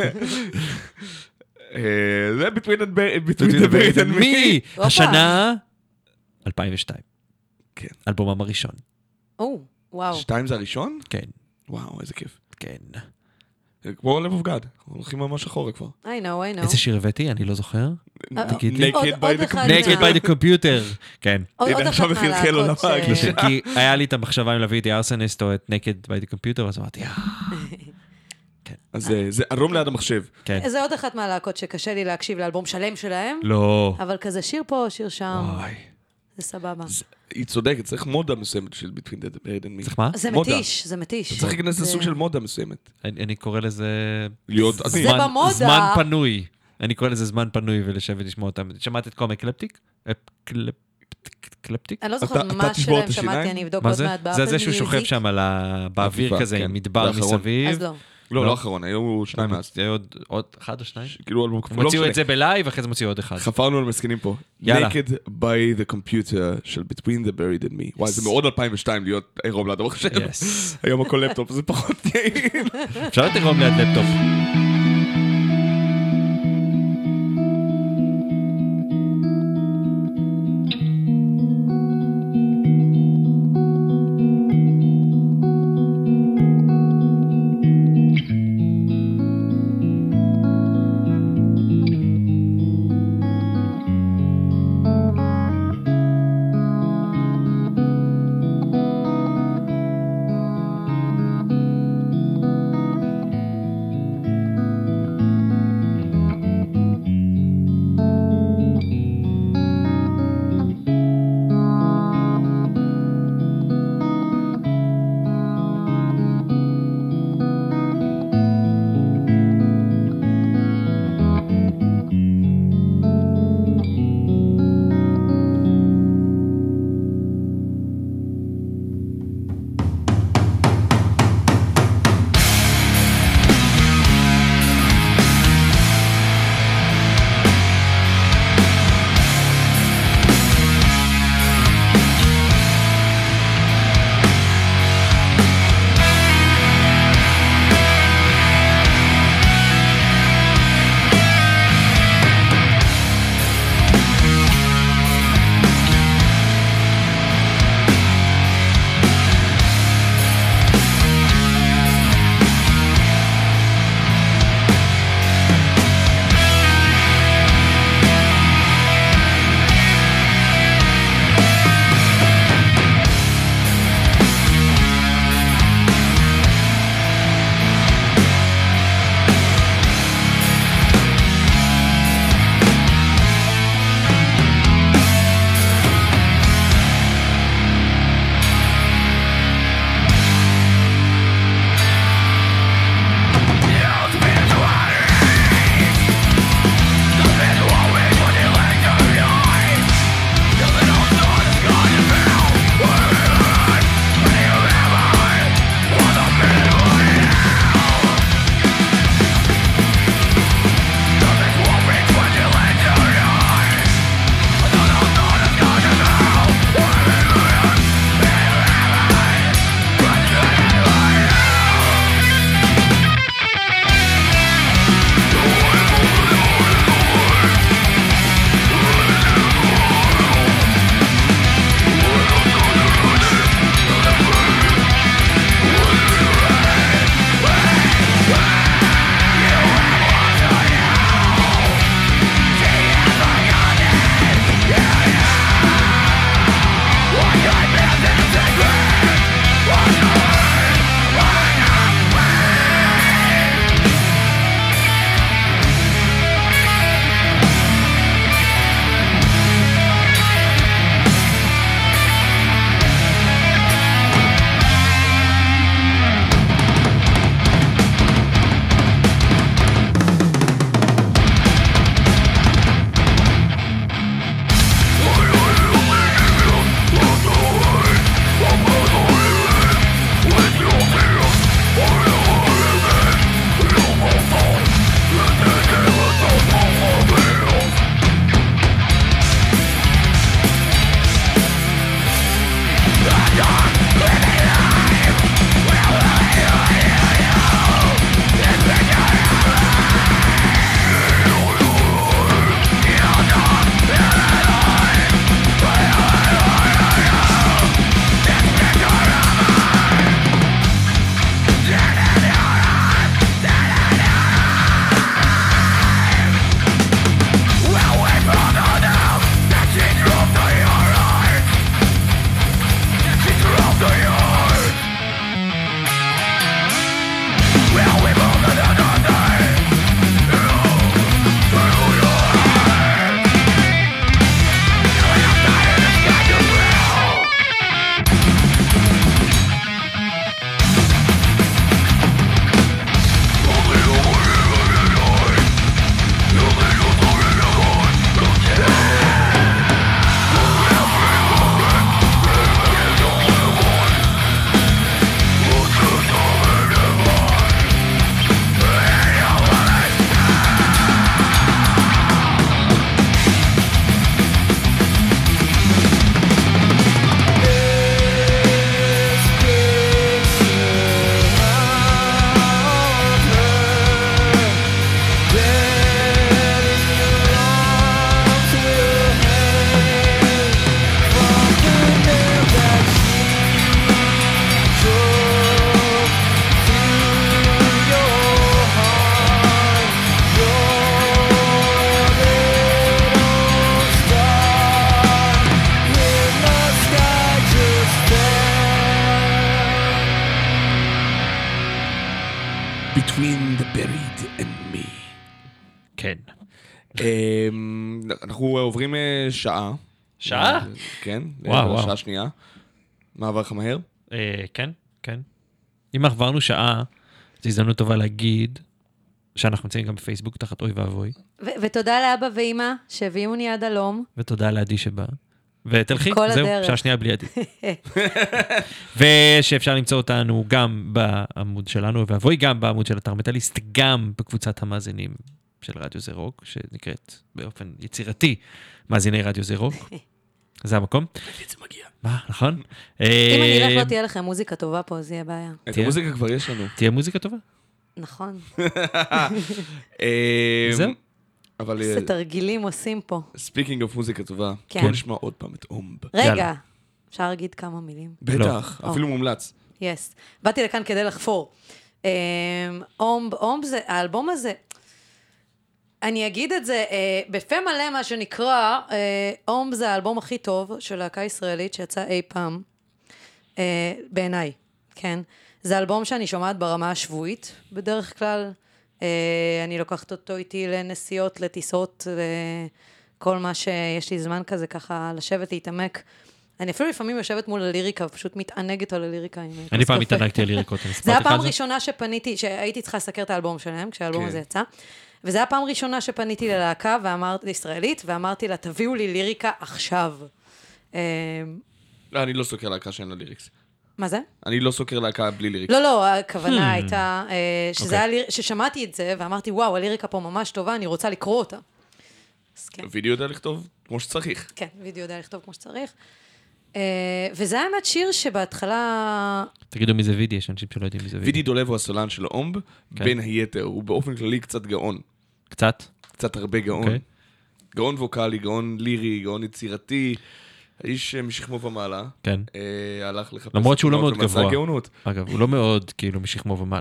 זה Between the Buried and Me.
השנה 2002.
כן.
אלבומם הראשון.
וואו.
2 זה הראשון?
כן.
וואו, איזה כיף.
כן.
כמו לב אוף גד, הולכים ממש אחורה כבר.
I know.
איזה שיר הבאתי? אני לא זוכר.
Naked
by the computer. כן.
עוד אחת מהלהקות
כי היה לי את המחשבה אם להביא את ארסניסט או את Naked by the computer, אז אמרתי,
אז זה ערום ליד המחשב.
זה עוד אחת מהלהקות שקשה לי להקשיב לאלבום שלם שלהם.
לא.
אבל כזה שיר פה, שיר שם. זה סבבה.
היא צודקת, צריך מודה מסוימת של Between the Buried and Me.
צריך מה?
זה מתיש, זה מתיש.
אתה צריך להיכנס לסוג של מודה מסוימת.
אני קורא לזה...
זה במודה.
זמן פנוי. אני קורא לזה זמן פנוי ולשבת לשמוע אותם. שמעת את קומי קלפטיק? קלפטיק?
אני לא זוכרת מה שלהם שמעתי, אני אבדוק עוד מעט באפל.
זה שהוא שוכב שם באוויר כזה, עם מדבר מסביב.
אז לא.
לא האחרון, היו 2 מאז.
היה עוד 1 או 2?
כאילו אלבום כפול.
מוציאו את זה בלייב, אחרי זה מוציאו עוד 1.
חפרנו על מסכנים פה. Naked by the computer של Between the Buried and Me. וואי, זה מאוד 2002 להיות עירום ליד המחשב. היום הכל לפטופ, זה פחות יעיל.
אפשר להיות עירום ליד לפטופ.
Between the buried and me.
כן.
אנחנו עוברים שעה.
שעה?
כן.
וואו.
שעה שנייה. מה עבר לך מהר?
כן, כן. אם עברנו שעה, זו הזדמנות טובה להגיד שאנחנו נמצאים גם בפייסבוק תחת אוי ואבוי.
ותודה לאבא ואמא שהביאוני עד הלום.
ותודה לעדי שבא. ותלכי,
כל
זהו,
הדרך.
שעה שנייה בלי עדי. ושאפשר למצוא אותנו גם בעמוד שלנו, ואבוי גם בעמוד של אתר מטליסט, גם בקבוצת המאזינים של רדיו זה רוק, שנקראת באופן יצירתי מאזיני רדיו זה רוק. זה המקום.
זה מגיע.
מה, נכון?
אם אני אלך לא תהיה לכם מוזיקה טובה פה, זה יהיה בעיה.
את המוזיקה כבר יש לנו.
תהיה מוזיקה טובה.
נכון.
זהו.
אבל...
איזה תרגילים עושים פה.
ספיקינג אוף מוזיקה טובה.
כן.
בוא נשמע עוד פעם את אומב.
רגע, אפשר להגיד כמה מילים?
בטח, אפילו מומלץ.
יס. באתי לכאן כדי לחפור. אומב זה, האלבום הזה, אני אגיד את זה, בפה מלא מה שנקרא, אומב זה האלבום הכי טוב של להקה ישראלית שיצא אי פעם, בעיניי, כן? זה אלבום שאני שומעת ברמה השבועית, בדרך כלל. אני לוקחת אותו איתי לנסיעות, לטיסות, כל מה שיש לי זמן כזה, ככה לשבת, להתעמק. אני אפילו לפעמים יושבת מול הליריקה, ופשוט מתענגת על הליריקה. אני
פעם התענגתי על ליריקות.
זה היה פעם ראשונה שפניתי, שהייתי צריכה לסקר את האלבום שלהם, כשהאלבום הזה יצא, וזה היה פעם ראשונה שפניתי ללהקה, לישראלית, ואמרתי לה, תביאו לי ליריקה עכשיו.
לא, אני לא סוקר להקה שאין לה ליריקס.
מה זה?
אני לא סוקר להקה בלי ליריקס.
לא, הכוונה הייתה, ששמעתי את זה, ואמרתי, וואו, הליריקה פה ממש טובה, אני רוצה לקרוא אותה.
וידאו יודע לכתוב כמו שצריך.
כן, וידאו יודע לכתוב כמו שצריך. וזה האמת שיר שבהתחלה...
תגידו מי זה וידי, יש אנשים שלא יודעים מי זה וידי.
וידי דולב הוא הסולן של אומב, בין היתר, הוא באופן כללי קצת גאון.
קצת?
קצת הרבה גאון. גאון ווקלי, גאון לירי, גאון יצירתי, האיש משכמו ומעלה.
כן.
הלך לחפש...
למרות שהוא לא מאוד גבוה.
גאונות.
אגב, הוא לא מאוד כאילו משכמו ומעלה.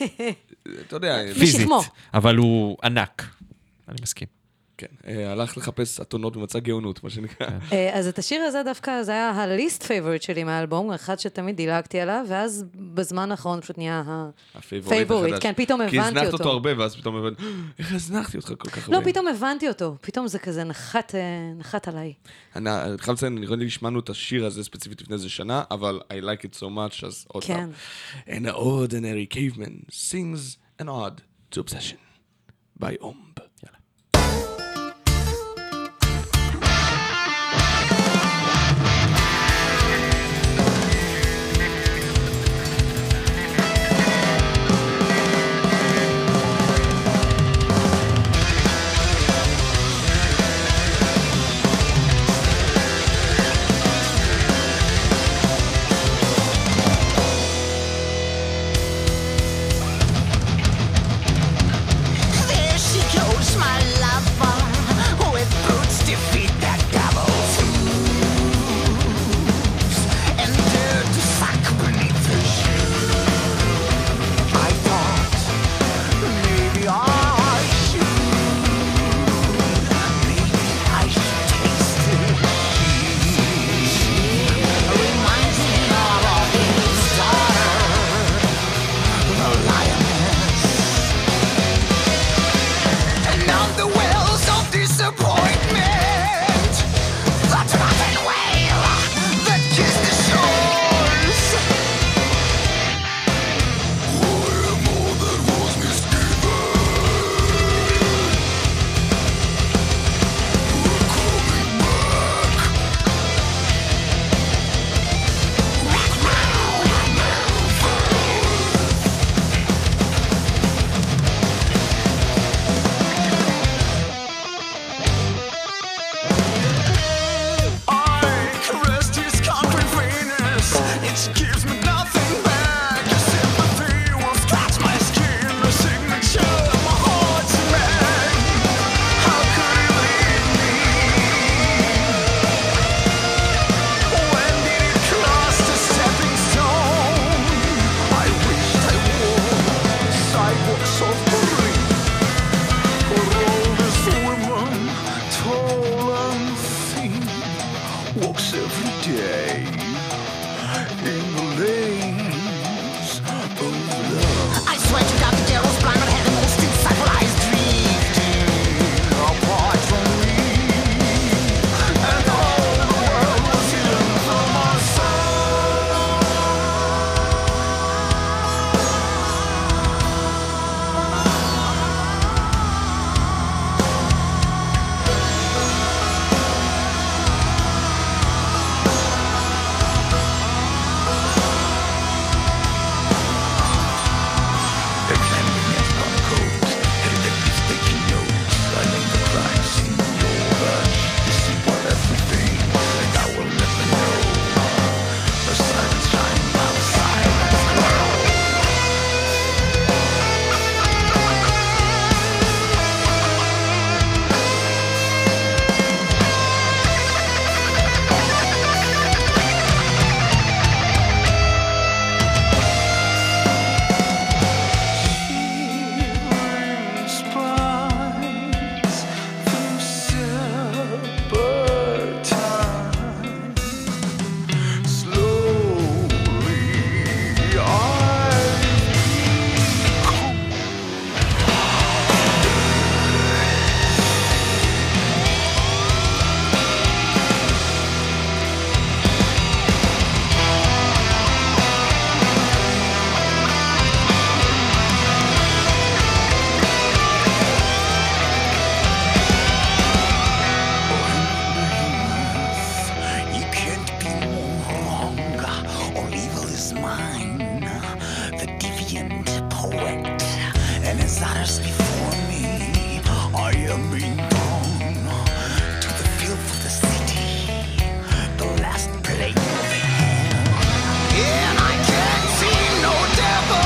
אתה יודע...
פיזית, אבל הוא ענק. אני מסכים.
כן, הלך לחפש אתונות ומצא גאונות, מה שנקרא.
אז את השיר הזה דווקא, זה היה הליסט פייבוריט שלי מהאלבום, אחד שתמיד דילגתי עליו, ואז בזמן האחרון פשוט נהיה הפייבוריט. כן, פתאום הבנתי אותו.
כי הזנחת אותו הרבה, ואז פתאום הבנתי, איך הזנחתי אותך כל כך הרבה?
לא, פתאום הבנתי אותו, פתאום זה כזה נחת עליי.
אני חייב לציין, נראה לי שמענו את השיר הזה ספציפית לפני איזה שנה, אבל I like it so much, אז עוד פעם. An ordinary caveman sings an ode to obsession by Omb. יאללה. Walks every day in the lane.
divine, the deviant poet, and as others before me, I am being born to the filth of the city, the last plague of hell, and I can't see no devil.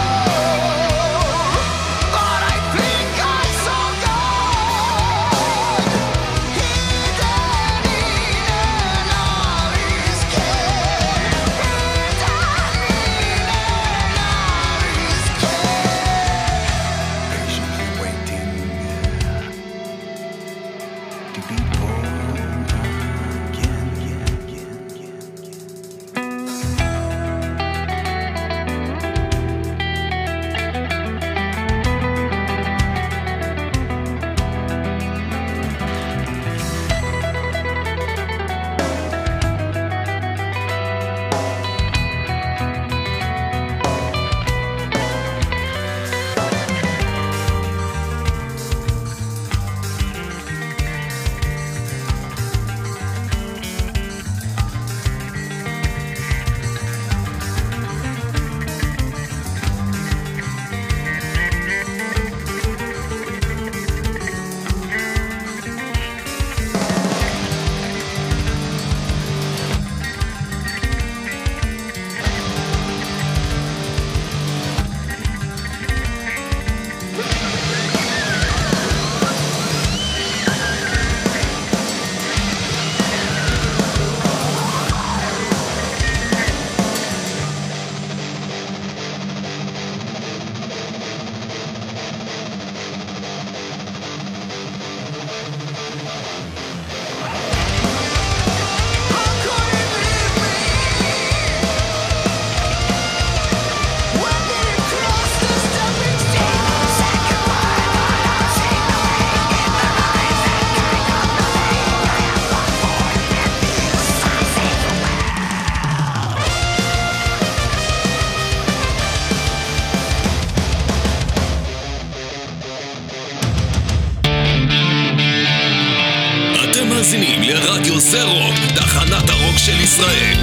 מאזינים לרדיו זה רוק, תחנת הרוק של ישראל.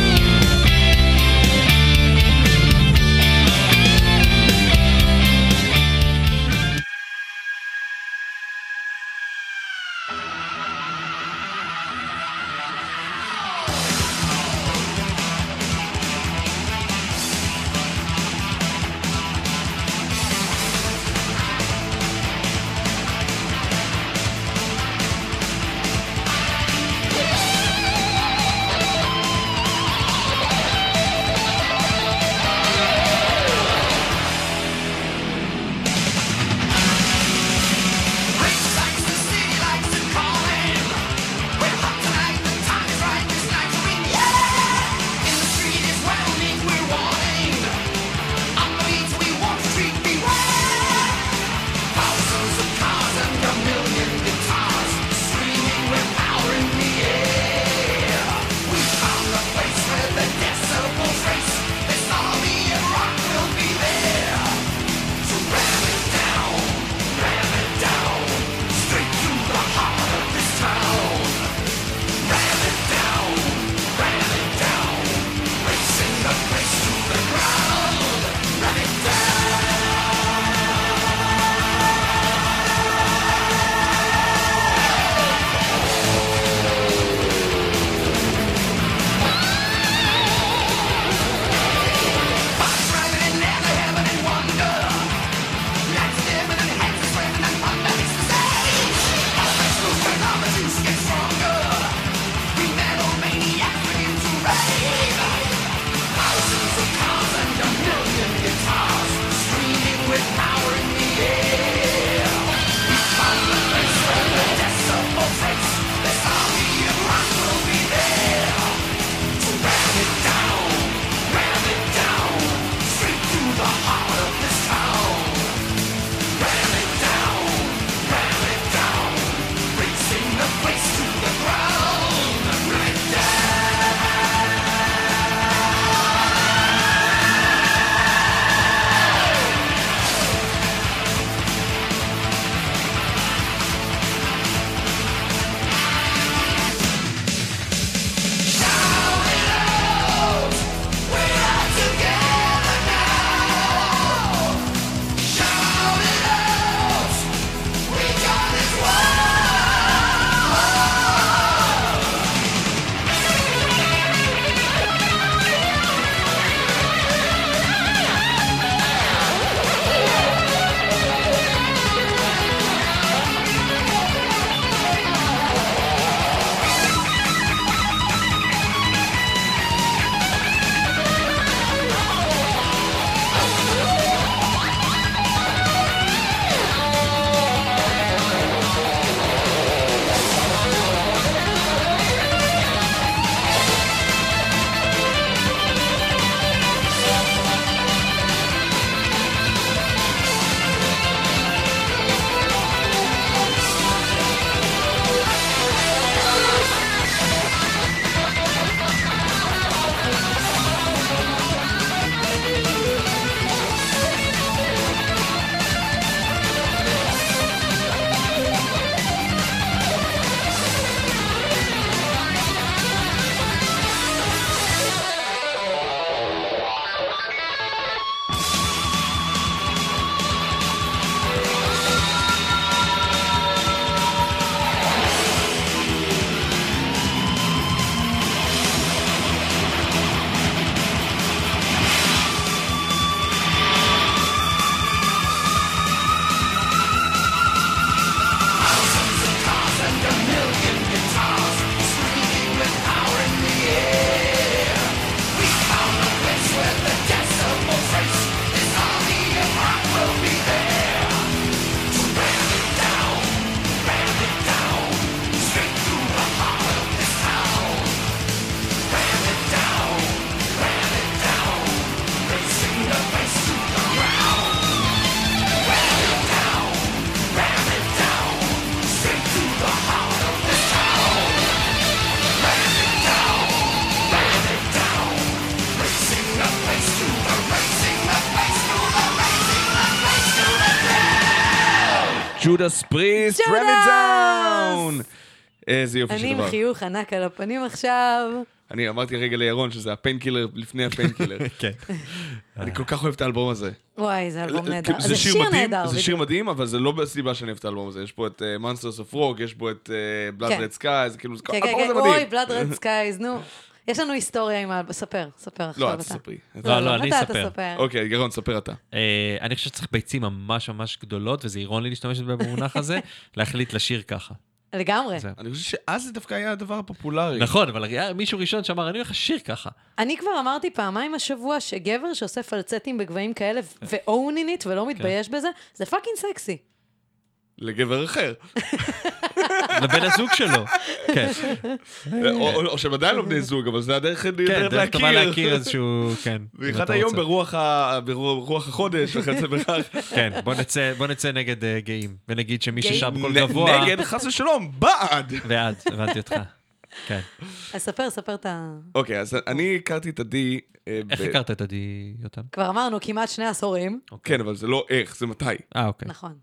ג'ודס פריסט, Ram It Down! איזה יופי של
אני
דבר.
עם חיוך ענק על הפנים עכשיו.
אני אמרתי רגע לירון שזה הפיינקילר לפני הפיינקילר.
כן.
אני כל כך אוהב את האלבום הזה.
וואי, זה אלבום נהדר.
זה שיר מדהים, זה שיר מדהים, אבל זה לא בסיבה שאני אוהב את האלבום הזה. יש פה את Monsters of Rock, יש פה את Blood Red Sky, זה כאילו, האלבום הזה מדהים.
אוי, Blood Red Skies, נו. יש לנו היסטוריה עם האלבום, ספר עכשיו אתה.
לא, את תספרי.
לא, אני אספר.
אוקיי, ירון, ספר אתה.
אני חושב שצריך ביצים ממש ממש גדולות, וזה אירון לי להשתמש במונח הזה, להחליט לשיר ככה.
לגמרי.
אני חושב שאז זה דווקא היה הדבר הפופולרי.
נכון, אבל היה מישהו ראשון שאמר, אני הולך לשיר ככה.
אני כבר אמרתי פעמיים השבוע שגבר שעושה פלצטים בגבהים כאלה ו-owning it ולא מתבייש בזה, זה פאקינג סקסי.
לגבר אחר.
לבן הזוג שלו. כן.
או שהם עדיין לא בני זוג, אבל זה הדרך
כן,
להכיר.
דרך טובה להכיר איזשהו, כן.
ואחד היום ברוח החודש, וכזה בכך.
כן, בוא נצא נגד גאים, ונגיד שמי ששר בקול גבוה...
נגד, חס ושלום, בעד!
ועד, הבנתי אותך. כן.
אז ספר את ה...
אוקיי, אז אני הכרתי את עדי...
איך הכרת את עדי, יותם?
כבר אמרנו כמעט 2 עשורים.
כן, אבל זה לא איך, זה מתי.
אוקיי.
נכון.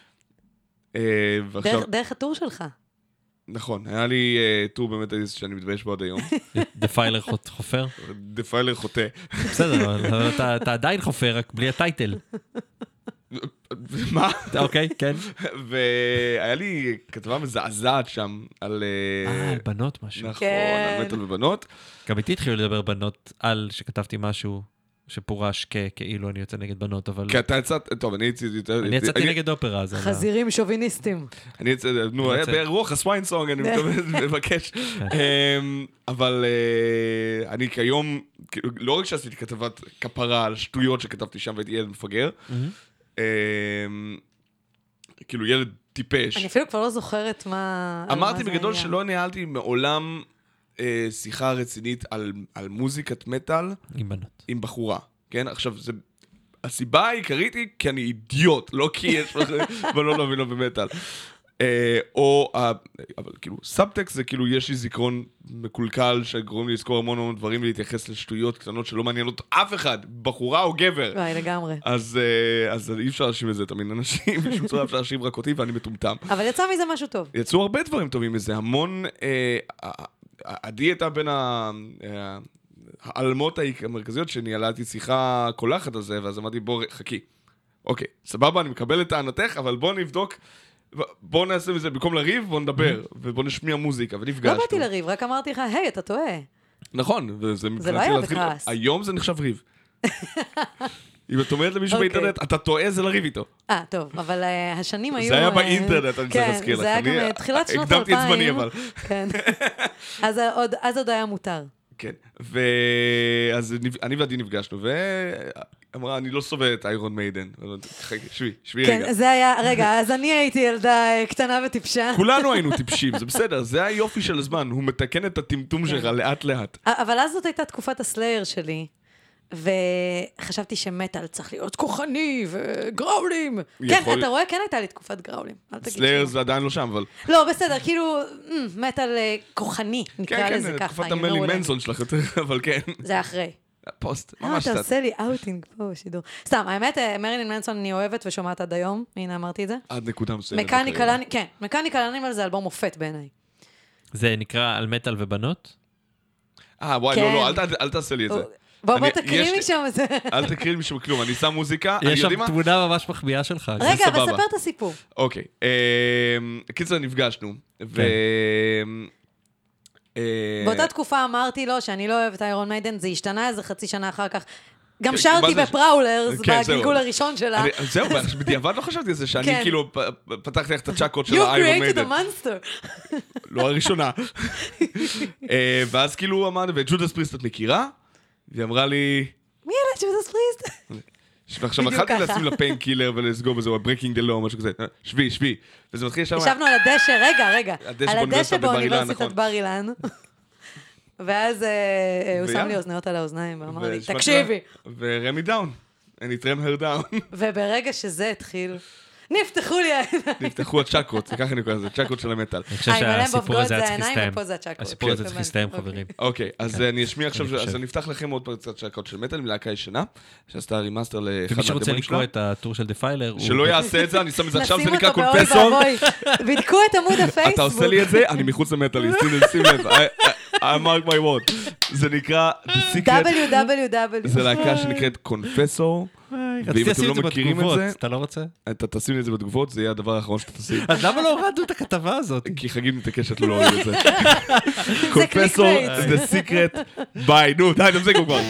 דרך הטור שלך.
נכון, היה לי טור באמת שאני מתבייש בו עד היום.
דפיילר חופר?
דפיילר חוטא.
בסדר, אבל אתה עדיין חופר, רק בלי הטייטל.
מה?
אוקיי, כן.
והיה לי כתבה מזעזעת שם על...
על בנות משהו.
נכון, על מטל ובנות.
גם איתי התחילו לדבר בנות על שכתבתי משהו שפורש כאילו אני יוצא נגד בנות, אבל...
כי אתה יצאת... טוב, אני
יצאתי נגד אופרה.
חזירים שוביניסטים.
אני יצאתי... נו, ברוח הסווינסונג, אני מבקש. אבל אני כיום... לא רק שעשיתי כתבת כפרה על שטויות שכתבתי שם והייתי ילד מפגר, כאילו ילד טיפש.
אני אפילו כבר לא זוכרת מה...
אמרתי בגדול שלא ניהלתי מעולם שיחה רצינית על מוזיקת מטל.
עם בנות.
עם בחורה, כן? עכשיו, הסיבה העיקרית היא כי אני אידיוט, לא כי יש בנות לא מבינות במטל. אבל כאילו, סאבטקסט זה כאילו, יש לי זיכרון מקולקל שגורם לי לזכור המון דברים ולהתייחס לשטויות קטנות שלא מעניינות אף אחד, בחורה או גבר.
וואי, לגמרי.
אז אי אפשר להאשים לזה תמיד אנשים, בשום צורה אפשר להאשים רק אותי ואני מטומטם.
אבל יצא מזה משהו טוב.
יצאו הרבה דברים טובים מזה, המון... עדי הייתה בין העלמות המרכזיות שניהלתי שיחה קולחת על זה, ואז אמרתי, בוא, חכי. אוקיי, סבבה, אני מקבל את טענתך, אבל בוא נבדוק, בוא נעשה מזה, במקום לריב, בוא נדבר, ובוא נשמיע מוזיקה, ונפגשנו.
לא באתי לריב, רק אמרתי לך, היי, אתה טועה.
נכון, וזה
זה לא היה בכעס.
היום זה נחשב ריב. אם את אומרת למישהו באינטרנט, אתה טועה, זה לריב איתו.
טוב, אבל השנים היו...
זה היה באינטרנט, אני צריך להזכיר לך.
כן, זה היה גם תחילת שנות 2000.
הקדמתי את זמני, אבל.
כן. אז עוד היה מותר.
כן, ואז אני ועדי נפגשנו, ואמרה, אני לא סובל את איירון מיידן. שבי רגע.
כן, זה היה, רגע, אז אני הייתי ילדה קטנה וטיפשה.
כולנו היינו טיפשים, זה בסדר, זה היופי של הזמן, הוא מתקן את הטמטום שלך לאט לאט.
אבל אז זאת הייתה תקופת הסלייר שלי. וחשבתי שמטל צריך להיות כוחני וגראולים. כן, אתה רואה, כן הייתה לי תקופת גראולים.
סלייר זה עדיין לא שם, אבל...
לא, בסדר, כאילו, מטל כוחני, נקרא לזה ככה.
כן, תקופת המרלין מנסון שלך יותר, אבל כן.
זה אחרי.
פוסט, ממש קצת.
אתה עושה לי אאוטינג פה בשידור. סתם, האמת, מרלין מנסון אני אוהבת ושומעת עד היום, הנה אמרתי את זה.
עד נקודה מסוימת.
כן, מקניקל אנימל זה אלבום מופת בעיניי.
זה נקרא על מטל ובנות?
וואי, לא, אל תעשה לי את זה.
בוא תקריא לי שם את זה.
אל תקריא לי משום כלום, אני שם מוזיקה,
יש שם תמונה ממש מחביאה שלך.
רגע, אבל ספר את הסיפור.
אוקיי, קיצר נפגשנו,
באותה תקופה אמרתי לו שאני לא אוהבת איירון מיידן, זה השתנה איזה חצי שנה אחר כך. גם שרתי בפראולרס, בגלגול הראשון שלה.
זהו, בדיעבד לא חשבתי על זה, שאני כאילו פתחתי לך את הצ'קות של האיירון מיידן.
You created a monster.
לא הראשונה. ואז כאילו אמרנו, וג'ודס פריסט את מכירה? והיא אמרה לי...
מי אלה ג'ודס פריסט?
ועכשיו התחלתי לשים לפיין קילר ולסגור בזה, או ברקינג דה לו, משהו כזה. שבי. וזה מתחיל שם...
ישבנו על הדשא, רגע. על הדשא באוניברסיטת בר אילן. ואז הוא שם לי אוזניות על האוזניים, ואמר לי, תקשיבי.
ורמי דאון. אני טרם הר דאון.
וברגע שזה התחיל... נפתחו לי העיניים.
נפתחו הצ'קרות, זה ככה אני קורא לזה, צ'קרות של המטל.
אני חושב
מלא
שהסיפור
בופגות
הזה
זה
היה צריך
העיניים,
להסתיים.
ופה זה הצ'קרות.
הסיפור הזה צריך להסתיים, חברים.
אוקיי, אז אני אשמיע עכשיו,
אני חושב.
אז אני אפתח לכם עוד פעם קצת צ'קרות של מטל, מלהקה ישנה, שעשתה רימאסטר לאחד
ומי שרוצה
מהדמונים
לקרוא
שלה.
את הטור של דפיילר,
שלא יעשה את זה, אני שם את זה עכשיו, זה נקרא
נשים אותו
קונפסור.
באוי ואבוי. בדקו את עמוד הפייסבוק.
אתה עושה לי את זה, אני מחוץ למטאליסט, שים לב, I mark my word. זה נקרא The Secret,
www.
זה להקה שנקראת קונפסור, ואם
רציתי
אתם
לשים
לא
את זה
מכירים את
בתגובות,
זה,
אתה לא רוצה?
אתה תשים לי את זה בתגובות, זה יהיה הדבר האחרון שאתה תשים.
אז למה לא הורדנו את הכתבה הזאת?
כי חגית מתעקשת לא אוהב את זה.
זה
קונפסור,
clickbait.
The Secret, ביי, נו, די, נמזגו כבר.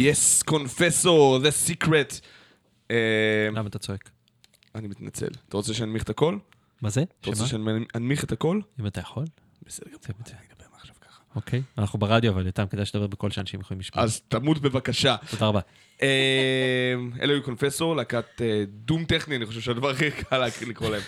Yes, Confessor, The Secret.
למה אתה צועק?
אני מתנצל. אתה רוצה שננמיך את הכל?
מה זה?
אתה רוצה שננמיך את הכל?
אם אתה יכול.
בסדר, אני אדבר מעכשיו ככה.
אוקיי, אנחנו ברדיו, אבל איתם כדאי שתדבר בקול שאנשים יכולים לשמוע.
אז תמות בבקשה.
תודה רבה.
אלו היו קונפסור, להקת דום טכני, אני חושב שהדבר הכי קל לקרוא להם.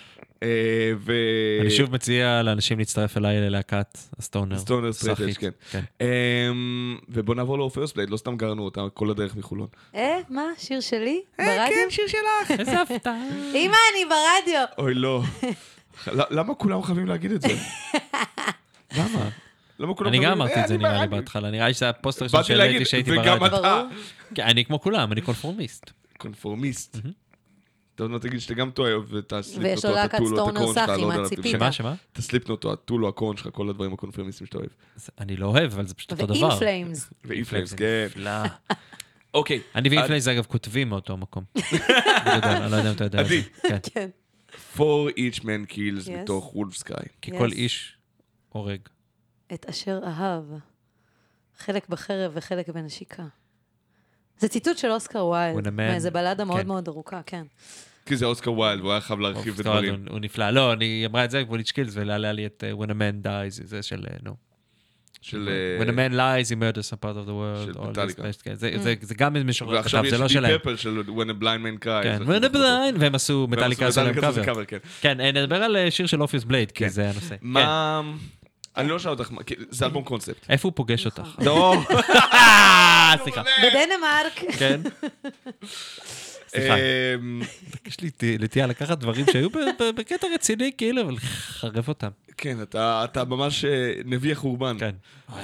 אני שוב מציע לאנשים להצטרף אליי ללהקת הסטונר.
סטונר סטרייט אדג', כן. ובוא נעבור ל-First Blade, לא סתם גרנו אותה כל הדרך מחולון.
מה? שיר שלי? ברדיו?
כן, שיר שלך.
איזה הפתעה.
אמא, אני ברדיו.
אוי, לא. למה כולם חייבים להגיד את זה? למה?
אני גם אמרתי את זה נראה לי בהתחלה, נראה לי שזה הפוסטר ראשון שהעליתי שהייתי ברדיו.
וגם אתה.
אני כמו כולם, אני קונפורמיסט.
קונפורמיסט. טוב, לא תגיד שאתה גם טועה, ותסליפ
ויש לו להקת סטורנר סאחי, מה ציפית?
שמה?
תסליפ אותו, הטולו, הקורן שלך, כל הדברים הקונפורמיסטים שאתה אוהב.
אני לא אוהב, אבל זה פשוט אותו דבר.
ואינפליימס.
ואינפליימס, כן. אוקיי.
אני ואינפליימס, אגב, כותבים מאותו מקום. אני לא יודע אם אתה יודע את זה.
כן.
For each man kills מתוך וולף סקאי.
כי כל איש הורג.
את אשר אהב. חלק בחרב וחלק בנשיקה. זה ציטוט של אוסקר ויילד. מאיזה בלדה מאוד מאוד ארוכה, כן.
כי זה אוסקר ויילד, והוא היה חייב להרחיב את הדברים.
הוא נפלא. לא, היא אמרה את זה, ווליץ' קילס, ולעלה לי את When a Man Dies, זה של,
של...
When a Man Lies, he murders a part of the world.
של מטאליקה.
זה גם איזה משורר
ועכשיו
כתב,
יש
זה לא שלהם.
די פרפל של When a Blind Man Cries.
כן, When a Blind, והם עשו מטאליקה עשו להם קאבר. כן, נדבר על שיר של אופיוס בלייד, כי זה הנושא.
מה... אני לא שאל אותך, זה אלבום קונספט.
איפה הוא פוגש אותך?
לא.
סליחה.
בדנמרק.
כן. סליחה. יש לי נטייה לקחת דברים שהיו בקטע רציני, כאילו, אבל חרב אותם.
כן, אתה ממש נביא החורבן.
כן.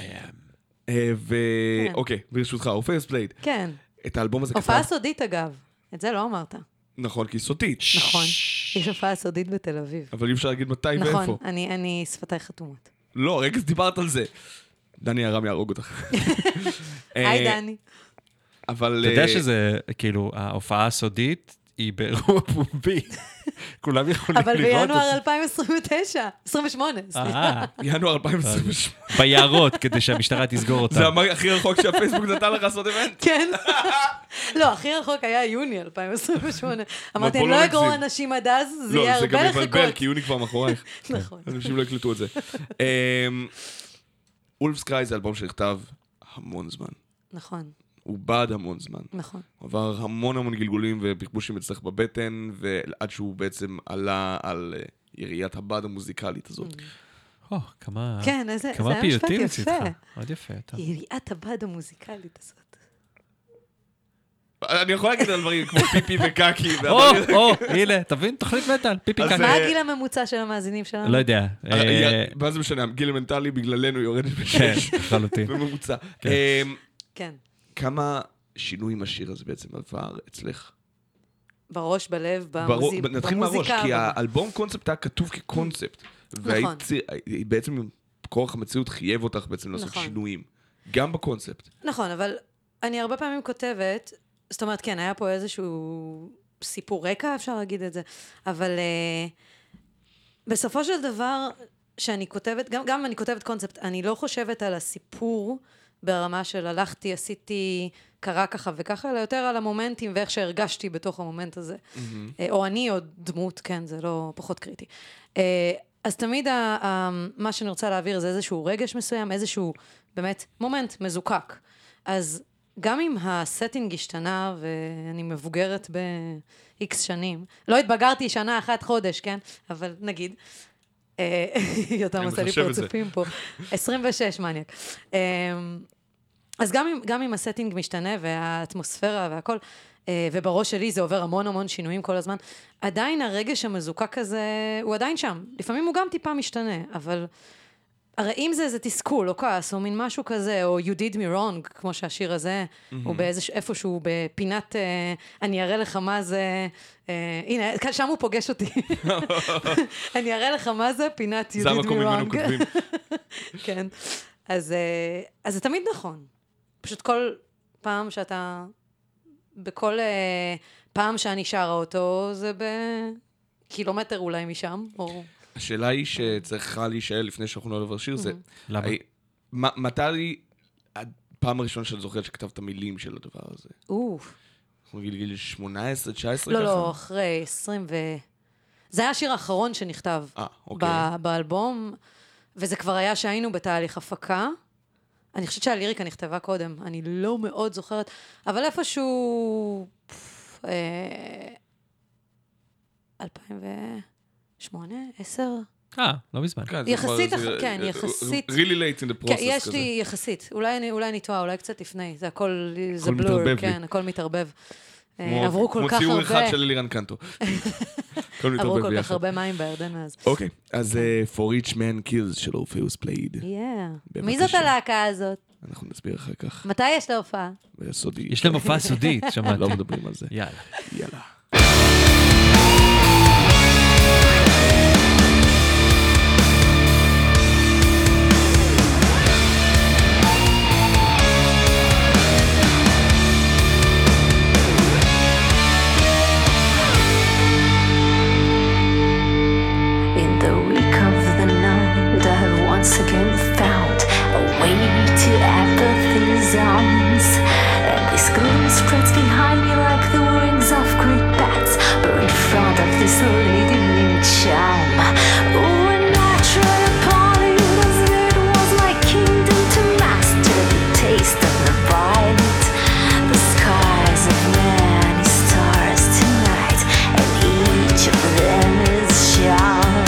אוקיי, ברשותך, First Blade.
כן.
את האלבום הזה כתב...
הופעה סודית, אגב. את זה לא אמרת.
נכון, כי היא סודית.
נכון. יש הופעה סודית בתל אביב.
אבל אי אפשר להגיד מתי ואיפה.
נכון, אני שפתיי חתומות.
לא, רגע דיברת על זה. דני הרם יהרוג אותך.
היי, דני.
אתה
אבל...
יודע שזה, כאילו, ההופעה הסודית היא באירוע פומבי. כולם יכולים לראות את זה.
אבל בינואר 2029, 28, סליחה.
ינואר 2028.
ביערות, כדי שהמשטרה תסגור אותם.
זה הכי רחוק שהפייסבוק נתן לך לעשות איבנט?
כן. לא, הכי רחוק היה יוני 2028. אמרתי, אני לא אגרור אנשים עד אז, זה יהיה הרבה לחכות.
לא, זה גם מבלבל, כי יוני כבר מאחורייך.
נכון.
אנשים לא יקלטו את זה. וולף סקאי זה אלבום שנכתב המון זמן.
נכון.
הוא בעד המון זמן.
נכון.
הוא עבר המון גלגולים ופרקבושים אצלך בבטן, ועד שהוא בעצם עלה על יריית הבד המוזיקלית הזאת.
כמה
פיוטים
מצדך. מאוד יפה.
יריית הבד המוזיקלית הזאת.
אני יכול להגיד על דברים כמו פיפי וקקי.
הנה, תבין, תוכנית מטל, פיפי קקי.
מה הגיל הממוצע של המאזינים שלנו?
לא יודע.
מה זה משנה, הגיל המנטלי בגללנו יורד
כן,
בשש.
חלוטין.
בממוצע.
כן.
כמה שינוי השיר הזה בעצם עבר אצלך?
בראש, בלב, במוזיקה.
נתחיל מהראש, כי האלבום קונספט היה כתוב כקונספט.
נכון.
בעצם כוח המציאות חייב אותך בעצם לעשות שינויים. גם בקונספט.
נכון, אבל אני הרבה פעמים כותבת, זאת אומרת, כן, היה פה איזשהו סיפור רקע, אפשר להגיד את זה, אבל בסופו של דבר, שאני כותבת, גם אני כותבת קונספט, אני לא חושבת על הסיפור ברמה של הלכתי, עשיתי, קרה ככה וככה, אלא יותר על המומנטים ואיך שהרגשתי בתוך המומנט הזה. או אני או דמות, כן, זה לא פחות קריטי. אז תמיד מה שאני רוצה להעביר זה איזשהו רגש מסוים, איזשהו באמת מומנט מזוקק. אז גם אם הסטינג השתנה ואני מבוגרת ב-X שנים, לא התבגרתי שנה אחת חודש, כן? אבל נגיד, יותם עושה לי פרצופים פה, 26 מניאק. אז גם אם הסטינג משתנה והאטמוספירה והכל, ובראש שלי זה עובר המון שינויים כל הזמן, עדיין הרגש המזוקק הזה, הוא עדיין שם. לפעמים הוא גם טיפה משתנה, אבל הרי אם זה איזה תסכול או כעס, או מין משהו כזה, או You did me wrong, כמו שהשיר הזה, הוא איפשהו בפינת, אני אראה לך מה זה, הנה, שם הוא פוגש אותי. אני אראה לך מה זה, פינת You did me wrong.
זה המקום ממנו כותבים.
כן. אז זה תמיד נכון. פשוט כל פעם שאתה, בכל פעם שאני שרה אותו, זה בקילומטר אולי משם, או...
השאלה היא שצריכה להישאל לפני שאנחנו נעבור שיר, זה...
למה?
מתי הפעם הראשונה שאת זוכרת שכתבת מילים של הדבר הזה?
אוף.
אנחנו גיל 18, 19
לא,
ככה?
לא, אחרי 20 זה היה השיר האחרון שנכתב באלבום, וזה כבר היה שהיינו בתהליך הפקה. אני חושבת שהליריקה נכתבה קודם, אני לא מאוד זוכרת, אבל איפשהו 2008, 10?
לא מזמן.
יחסית, כן, יחסית.
really late in the process כזה.
יש לי יחסית, אולי אני טועה, אולי קצת לפני, זה הכל, זה בלור, כן, הכל מתערבב. עברו כל כך הרבה...
כמו ציור אחד של לירן קנטו.
עברו כל כך הרבה מים בירדן מאז.
אוקיי, אז For Each Man Kills של אורפאוס פלייד.
מי זאת הלהקה הזאת?
אנחנו נסביר אחר כך.
מתי יש לה הופעה?
סודית.
יש להם הופעה סודית, שמעתי.
לא מדברים על זה.
יאללה.
Once again found a way to apathy's arms, and this gloom spreads behind me like the wings of great bats, but in front of this lady named charm. Oh, and I tried upon it as it was my kingdom to master the taste of the bite. The skies of many stars tonight, and each of them is sharp.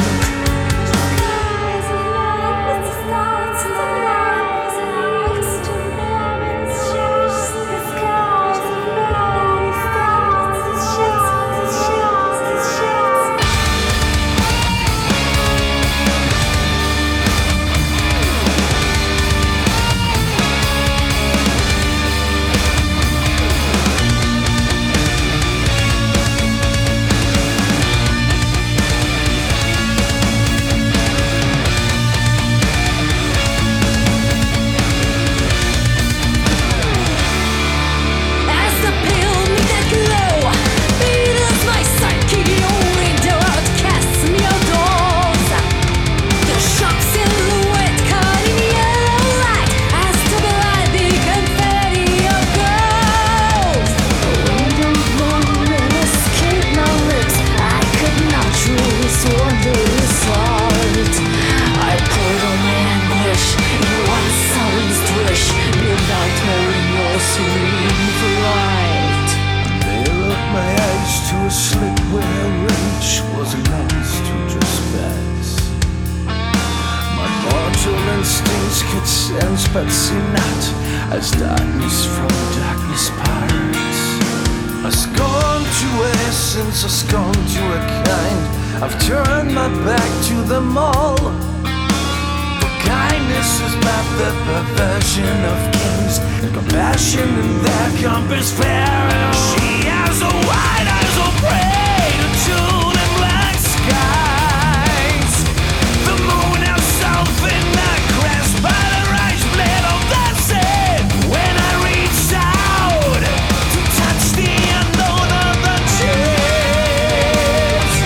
But see not as darkness from darkness parts. I've gone to essence, I've gone to a kind. I've turned my back to them all. For kindness is but the perversion of kings, and compassion in their compass fair. She has a wide eyes, so prey to the black skies. The moon herself in the crest by the blade of the sea. When I reach out to touch the unknown of the trees.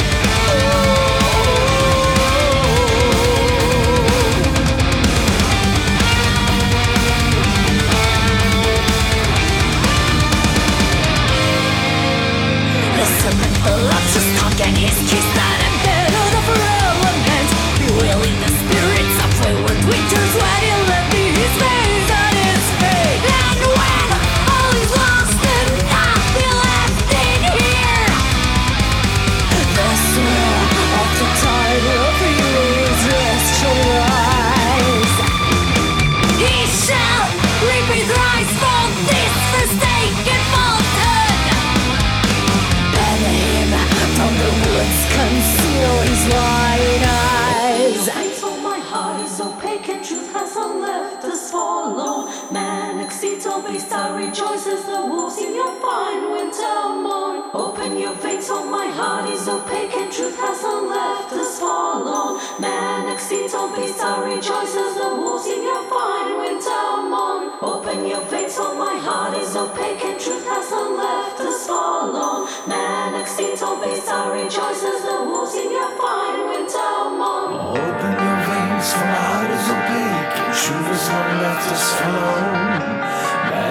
Listen, the love's just talk and his kiss that embedded of relevant. Bewailing the spirits of wayward winters when he left me his face and his fate. And when all is lost and nothing left in here, the swirl of the tide of years rest shall rise. He shall reap his rise from this forsaken mountain. And him from the woods conceal his wide eyes. Opaque and truth has left us forlorn. Man exceeds all beasts, I rejoice as the wolves in your fine winter morn. Open your veins, oh my heart is opaque and truth has left us forlorn. Man exceeds all beasts, I rejoice as the wolves in your fine winter morn. Open your veins, oh my heart is opaque and truth has left us forlorn. Man exceeds all beasts, I rejoice as the wolves in your fine winter morn.
Open your veins, for my heart is opaque, and truth has not left us alone.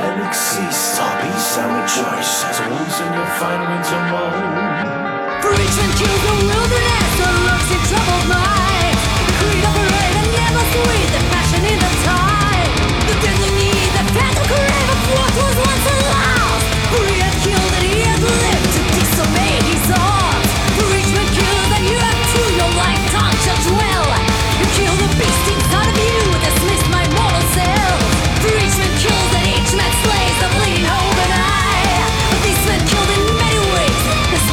pandemic cease. All peace and rejoice as wolves in your fine winter mold.
For each one kills the wilderness that lurks in troubled minds. The creed of a rain and never sweet, the passion in the tide. The deadly need, the phantom crave of what was once a lost. For he had killed and he had lived to disobey his odds. For each man kills and you have to, your lifetime shall dwell. You kill the beast inside of you, dismiss my mortal self. For each man kills and each man slays the bleeding hope and I. But this man killed in many ways, the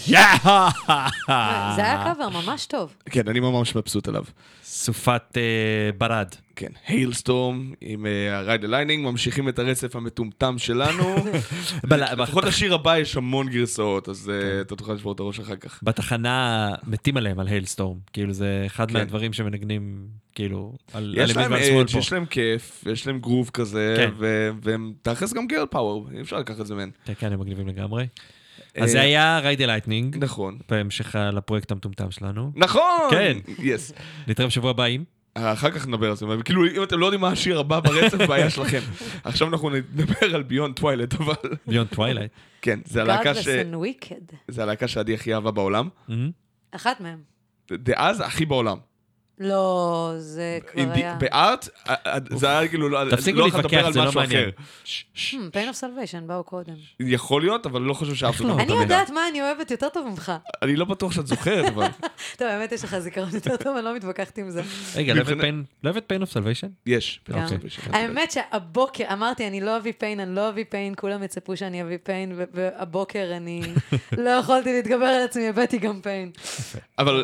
זה היה קאבר ממש טוב.
כן, אני ממש מבסוט עליו.
סופת ברד.
כן, היילסטורם עם הרייד הליינינג, ממשיכים את הרצף המטומטם שלנו. לפחות השיר הבא יש המון גרסאות, אז אתה תוכל לשבור את הראש אחר כך.
בתחנה מתים עליהם על היילסטורם, כאילו זה אחד מהדברים שמנגנים, כאילו, על
יש
ימין
להם
ועל שמאל
אדג',
פה.
יש להם כיף, יש להם גרוב כזה, והם תאחס גם גרל פאוור, אי אפשר לקחת את זה מהן.
כן, הם מגניבים לגמרי. אז זה היה רייד הלייטנינג.
נכון.
בהמשך לפרויקט המטומטם שלנו.
נכון!
כן.
יס.
נתראה בשבוע הבא עם.
אחר כך נדבר על זה, כאילו אם אתם לא יודעים מה השיר הבא ברצף, בעיה שלכם. עכשיו אנחנו נדבר על ביונד טווילייט, אבל...
ביונד טווילייט.
כן, זה הלהקה ש...
Godless and Wicked.
זה הלהקה שעדי הכי אהבה בעולם.
אחת מהם.
דאז הכי בעולם.
לא, זה כבר היה...
בארט, זה היה כאילו...
תפסיקו להתווכח, זה לא מעניין.
Pain of Salvation, באו קודם.
יכול להיות, אבל לא חושב שאף אחד...
אני יודעת מה אני אוהבת יותר טוב ממך.
אני לא בטוח שאת זוכרת, אבל...
טוב, באמת יש לך זיכרון יותר טוב, אני לא מתווכחת עם זה.
רגע, לא הבאת Pain of Salvation?
יש.
האמת שהבוקר, אמרתי, אני לא אביא פיין, אני לא אביא פיין, כולם יצפו שאני אביא פיין, והבוקר אני לא יכולתי להתגבר על עצמי, הבאתי גם פיין.
אבל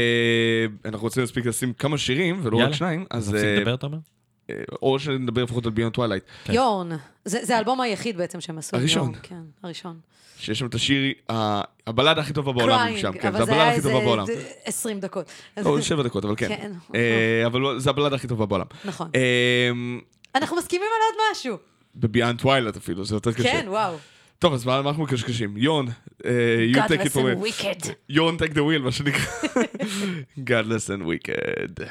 אנחנו רוצים להספיק לשים כמה שירים, ולא רק שניים, אז...
נפסיק לדבר, אתה אומר?
או שנדבר לפחות על ביונד טווילייט.
יורן, זה האלבום היחיד בעצם שהם עשו.
הראשון.
כן, הראשון.
שיש שם את השיר, הבלדה הכי טובה בעולם שם, כן,
אבל
זה הבלדה הכי טובה בעולם.
20 דקות.
או 7 דקות, אבל כן. אבל זה הבלדה הכי טובה בעולם.
נכון. אנחנו מסכימים על עוד משהו.
בביונד טווילייט אפילו, זה יותר קשה.
כן, וואו.
טוב, אז מה אנחנו מקשקשים? יון, you take it away.
Godless and Wicked.
יון, take the wheel, מה שנקרא. Godless and Wicked.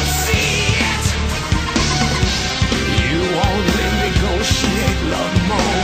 Love more.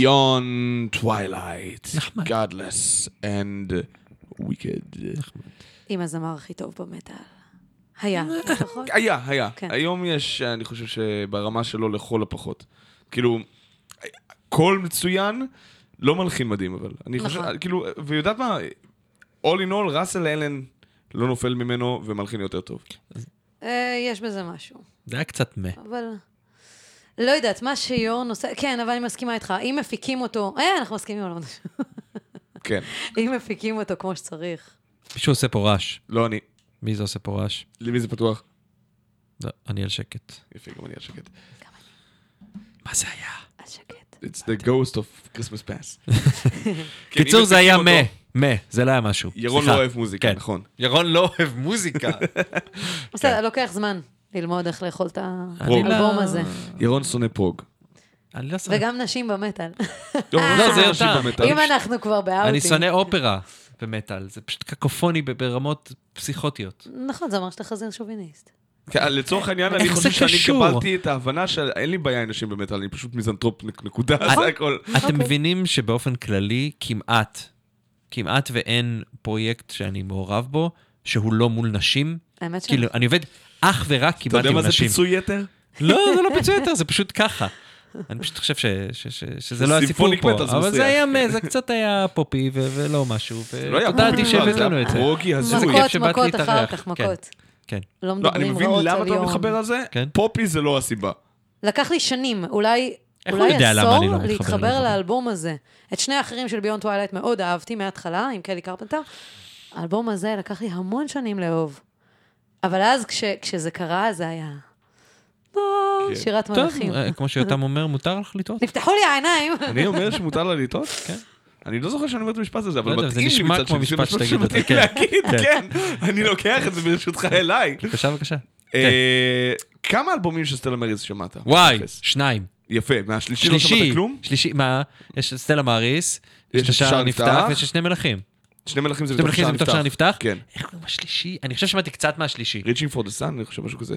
Beyond Twilight, Godless and Wicked.
עם הזמר הכי טוב במטל. היה, לפחות.
היה.
כן.
היום יש, אני חושב שברמה שלו לכל הפחות. כאילו, קול מצוין, לא מלחין מדהים, אבל אני חושב, כאילו, ויודעת מה, all in all, ראסל אלן לא נופל ממנו ומלחין יותר טוב.
יש בזה משהו.
זה היה קצת
אבל... לא יודעת, מה שיורן עושה... כן, אבל אני מסכימה איתך. אם מפיקים אותו... אנחנו מסכימים עליו.
כן.
אם מפיקים אותו כמו שצריך.
מישהו עושה פה רעש.
לא אני.
מי זה עושה פה רעש?
למי זה פתוח?
לא, אני על שקט.
יפה, גם אני על שקט.
מה זה היה?
על שקט.
It's the ghost of Christmas past.
קיצור, זה היה זה לא היה משהו.
ירון לא אוהב מוזיקה, נכון.
ירון לא אוהב מוזיקה.
בסדר, לוקח זמן ללמוד איך לאכול את האלבום הזה.
ירון שונא פרוג.
וגם נשים במטל.
לא, זה יותר.
אם אנחנו כבר באאוטים.
אני שונא אופרה במטל. זה פשוט קקופוני ברמות פסיכוטיות.
נכון, זה אומר שאתה חזיר שוביניסט.
לצורך העניין, אני חושב שאני קבלתי את ההבנה שאין לי בעיה עם נשים במטל, אני פשוט מיזנטרופ נקודה, זה הכל.
אתם מבינים שבאופן כללי כמעט ואין פרויקט שאני מעורב בו, שהוא לא מול נשים?
האמת
כאילו, אני עובד אך ורק כמעט עם נשים.
אתה יודע מה זה פיצוי יתר?
לא, זה לא פיצוי יתר, זה פשוט ככה. אני פשוט חושב שזה לא הסיפור פה, אבל זה היה, זה קצת היה פופי ולא משהו, ותודעתי שהבאת לנו את זה.
פרוגי הזוי.
מכות אחר כך, מכות.
כן.
לא מדברים רעות על יום.
אני מבין למה אתה לא מתחבר על זה, פופי זה לא הסיבה.
לקח לי שנים, אולי עשור להתחבר לאלבום הזה. את שני האחרים של ביונד טווילייט מאוד אהבתי מההתחלה, עם קלי קרפנטר. האלבום הזה לקח לי המון שנים לאהוב. אבל אז כשזה קרה, זה היה... שירת מלאכים.
טוב, כמו שיותם אומר, מותר לך לטעות?
נפתחו לי העיניים.
אני אומר שמותר לה לטעות? כן. אני לא זוכר שאני אומר את המשפט הזה, אבל
זה נשמע כמו משפט שתגיד אותו.
כן, אני לוקח את זה ברשותך אליי.
בבקשה.
כמה אלבומים של סטלה מאריס שמעת?
וואי, 2.
יפה, מהשלישי לא שמעת כלום?
שלישי, מה? יש סטלה מאריס, יש השער נפתח, ויש שני מלכים.
שני מלכים זה בתוך
שער נפתח?
כן.
איך קוראים השלישי? אני חושב שמעתי קצת מהשלישי.
Reaching for the Sun, אני חושב משהו כזה.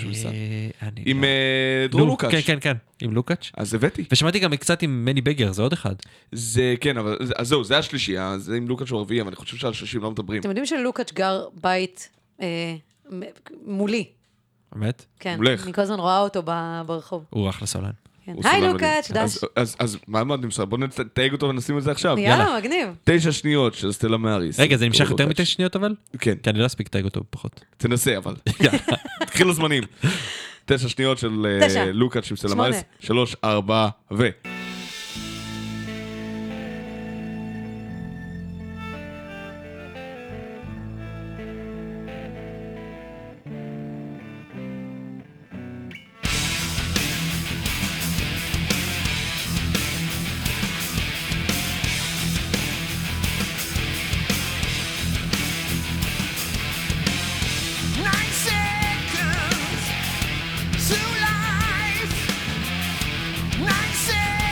עם דרור לוקאץ'.
כן, עם לוקאץ'.
אז הבאתי.
ושמעתי גם קצת עם מני בגר, זה עוד אחד.
זה, כן, אבל זהו, זה השלישי, זה עם לוקאץ' הוא הרביעי, אבל אני חושב שעל השלישים לא מדברים.
אתם יודעים שלוקאץ' גר בית מולי.
באמת?
כן, אני כל הזמן רואה אותו ברחוב.
הוא אחלה סולן.
היי לוקאץ', דש.
אז מה נמסר? בוא נתייג אותו ונשים את זה עכשיו.
יאללה, מגניב.
9 שניות של סטלה מאריס.
רגע, זה נמשך יותר מ9 שניות אבל?
כן.
כי אני לא אספיק לתייג אותו פחות.
תנסה אבל. תתחיל לזמנים. 9 שניות של לוקאץ' של סטלה מאריס. 3, 4 ו...
To life, 9 seconds.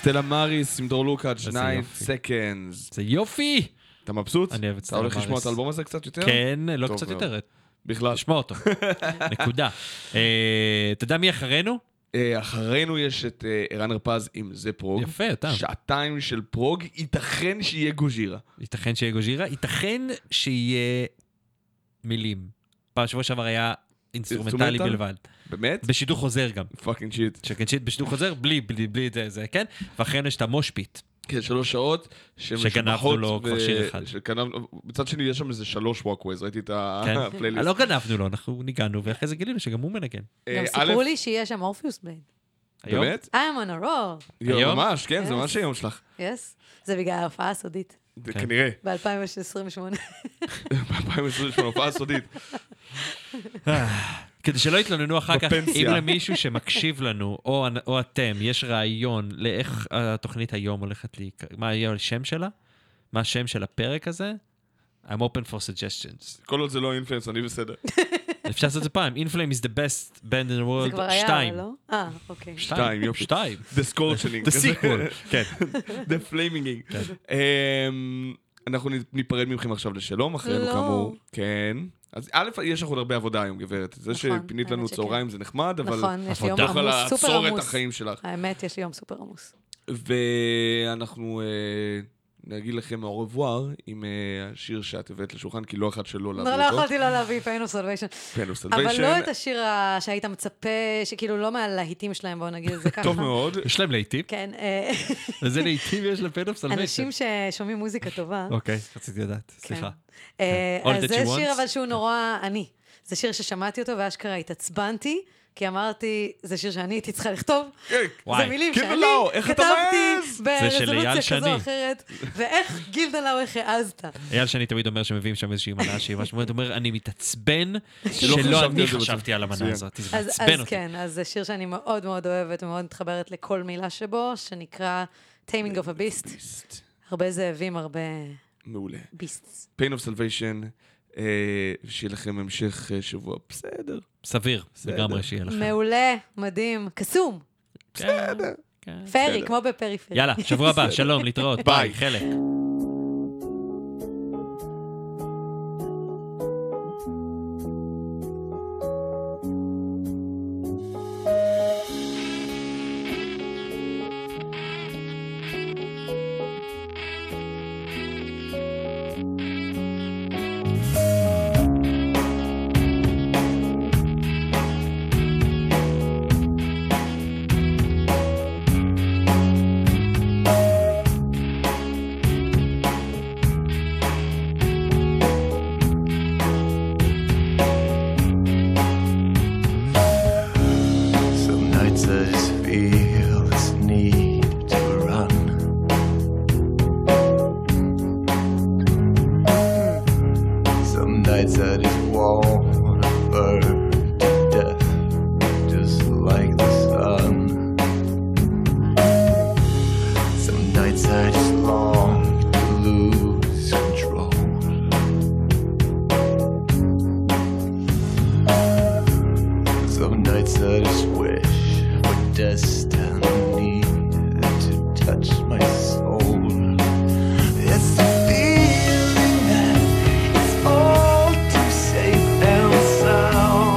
סטלה מריס עם דור לוקאץ' 9
יופי.
seconds.
זה יופי!
אתה מבסוט?
אני אוהב את
אתה
סטלה
הולך לשמוע
מריס.
את האלבום הזה קצת יותר?
כן, לא
טוב
קצת
מאוד.
יותר.
בכלל.
תשמע אותו. נקודה. אתה יודע מי אחרינו?
אחרינו יש את ערן הרפז עם זה פרוג.
יפה, אותם.
שעתיים של פרוג, ייתכן שיהיה גוז'ירה.
ייתכן שיהיה גוז'ירה, ייתכן שיהיה מילים. פעם שבוע שעבר היה אינסטרומנטלי
אינסטרומנטל?
בלבד.
באמת?
בשידוך חוזר גם.
פאקינג שיט.
שקן שיט בשידוך חוזר, בלי זה, כן? ואחרינו יש את המושפיט.
כן, 3 שעות.
שגנבנו לו כבר שיר אחד.
מצד שני, יש שם איזה 3 ווקווייז, ראיתי את
כן?
הפלייליסט.
לא גנבנו לו, אנחנו ניגענו, ואחרי זה גילינו שגם הוא מנגן.
גם סיפרו לי שיש שם אורפיוס בלייד.
היום?
באמת?
I'm on a roll.
היום?
ממש, כן, זה
Yes.
ממש היום שלך.
Yes. זה בגלל ההופעה הסודית.
זה
כן.
כנראה.
ב-2028.
ב-2028, הופעה סודית.
כדי שלא יתלוננו אחר כך,
בפנסיה.
אם למישהו שמקשיב לנו, או אתם, יש רעיון לאיך התוכנית היום הולכת מה יהיה השם שלה? מה השם של הפרק הזה? I'm open for suggestions.
כל עוד זה לא אינפלנס, אני בסדר.
אפשר לעשות את זה פעם. Inflame is the best band in the
זה
world.
כבר היה,
2.
אבל לא? אוקיי.
2, יופי.
2.
The Scorching.
The sequel. כן.
The Flaming. אנחנו ניפרד מכם עכשיו לשלום, אחרינו
לא.
כאמור. כן. אז א', יש לך עוד הרבה עבודה היום, גברת. זה
נכון,
שפינית לנו
האמת שכן.
צהריים זה נחמד, אבל...
נכון, יש לי יום
אתה יכול
עמוס, סופר
לעצור את
עמוס.
החיים שלך.
האמת, יש לי יום סופר עמוס.
ואנחנו נגיד לכם au revoir עם השיר שאת הבאת לשולחן, כי לא אחד שלא להביא
לא
אותו.
יכולתי לא להביא Pain of Salvation.
Pain of
אבל
Salvation.
לא את השיר שהיית מצפה, שכאילו לא מהלהיטים שלהם, בואו נגיד את זה ככה.
טוב מאוד.
יש להם לעיתים?
כן,
איזה לעיתים יש לפן אוף סלוויישן?
אנשים ששומעים מוזיקה טובה.
אוקיי, רציתי לדעת, סליחה.
אז
All that
זה
you
שיר
want?
אבל שהוא נורא עני. זה שיר ששמעתי אותו ואשכרה התעצבנתי, כי אמרתי, זה שיר שאני הייתי צריכה לכתוב.
וואי.
זה מילים
גילדה
שאני
לאו, איך אתה
כתבתי
מעז?
זה של אייל
ברזולוציה
שני.
כזו או אחרת, ואיך גילדה לאו, איך העזת.
אייל שאני תמיד אומר שמביאים שם איזושהי מנה שהיא משהו, הוא אומר, אני מתעצבן
שלא
שלא
חשבתי
אני
על זה
חשבתי על המנה
מצוין.
הזאת, זה
אז
מעצבן אותי.
כן, אז זה שיר שאני מאוד מאוד אוהבת ומאוד מתחברת לכל מילה שבו, שנקרא Taming of a Beast. הרבה זאבים, הרבה
מעולה.
ביסטס.
Pain of Salvation, שיהיה לכם המשך שבוע בסדר.
סביר, לגמרי שיהיה לכם.
מעולה, מדהים, קסום,
בסדר. כן.
פרי, כמו בפריפריה.
יאללה, שבוע הבא, שלום, להתראות, ביי, חלק.
Some nights I just feel this need to run. Some nights I just wanna burn to death, just like the sun. Some nights I just long to lose control. Some nights I just wish for destiny to touch my soul. It's the feeling that it's all too safe and sound.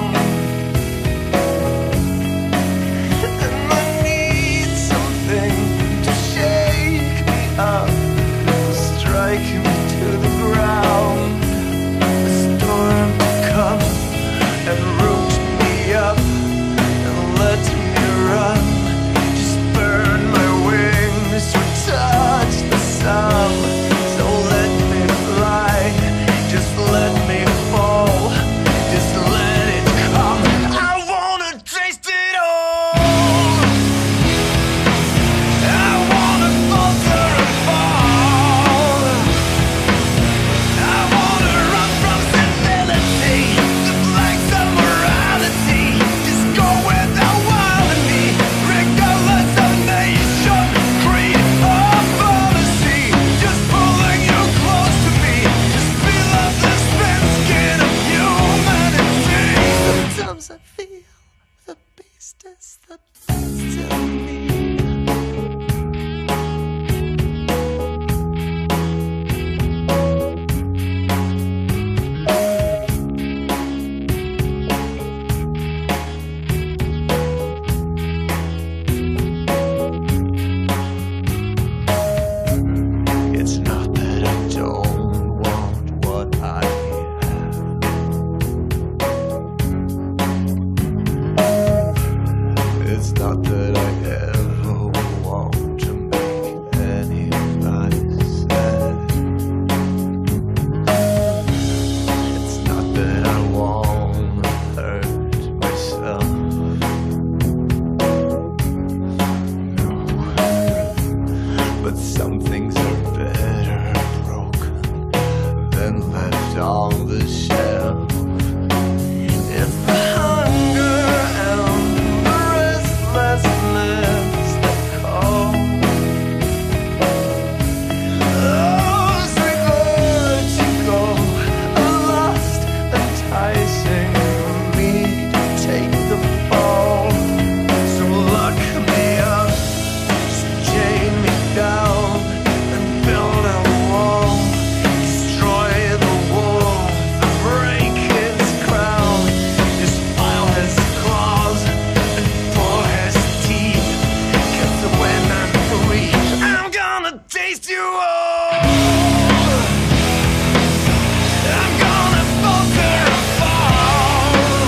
left on the shelf. It's the hunger and the restlessness that call. Oh, so good to go, lost, enticing me to take the fall. So lock me up, chain me down, and build a wall. Destroy the wolf, break his crown. Just file his claws and pull his teeth. 'Cause when I'm free, I'm gonna taste you all. I'm gonna falter and fall.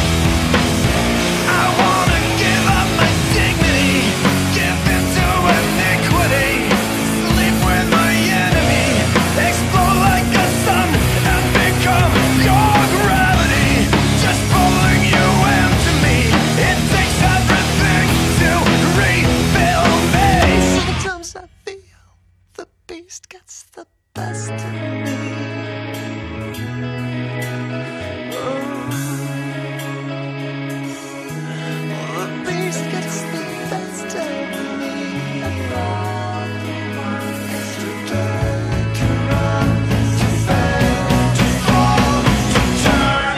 I wanna give up my dignity, give into iniquity, sleep with my enemy, explode like a sun and become your gravity. Just pulling you into me, it takes everything to rebuild me. Sometimes I feel the beast gets the best of me. The beast gets the best of me. To turn, to run, to fail, to fall, to turn.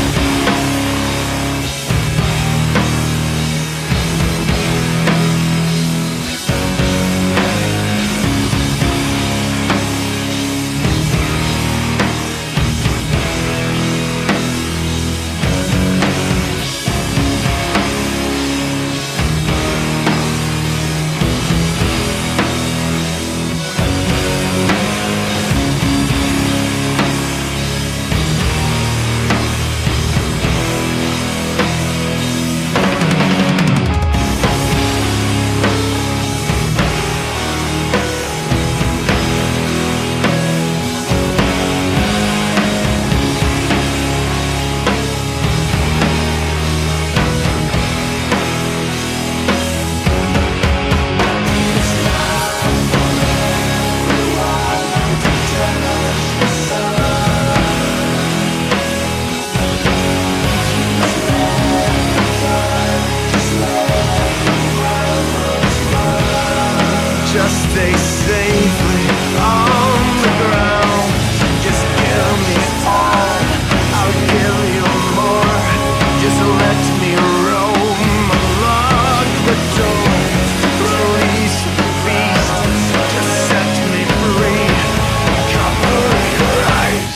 Just stay safely on the ground. Just give me all, I'll give you more. Just let me roam along the doors. Release the beast, just set me free. Cover your eyes.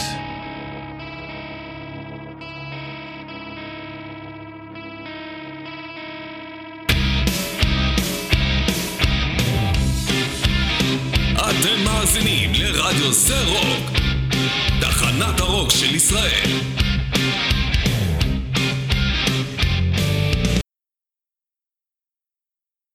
אתם מאזינים לרדיו סרוק, תחנת הרוק של ישראל.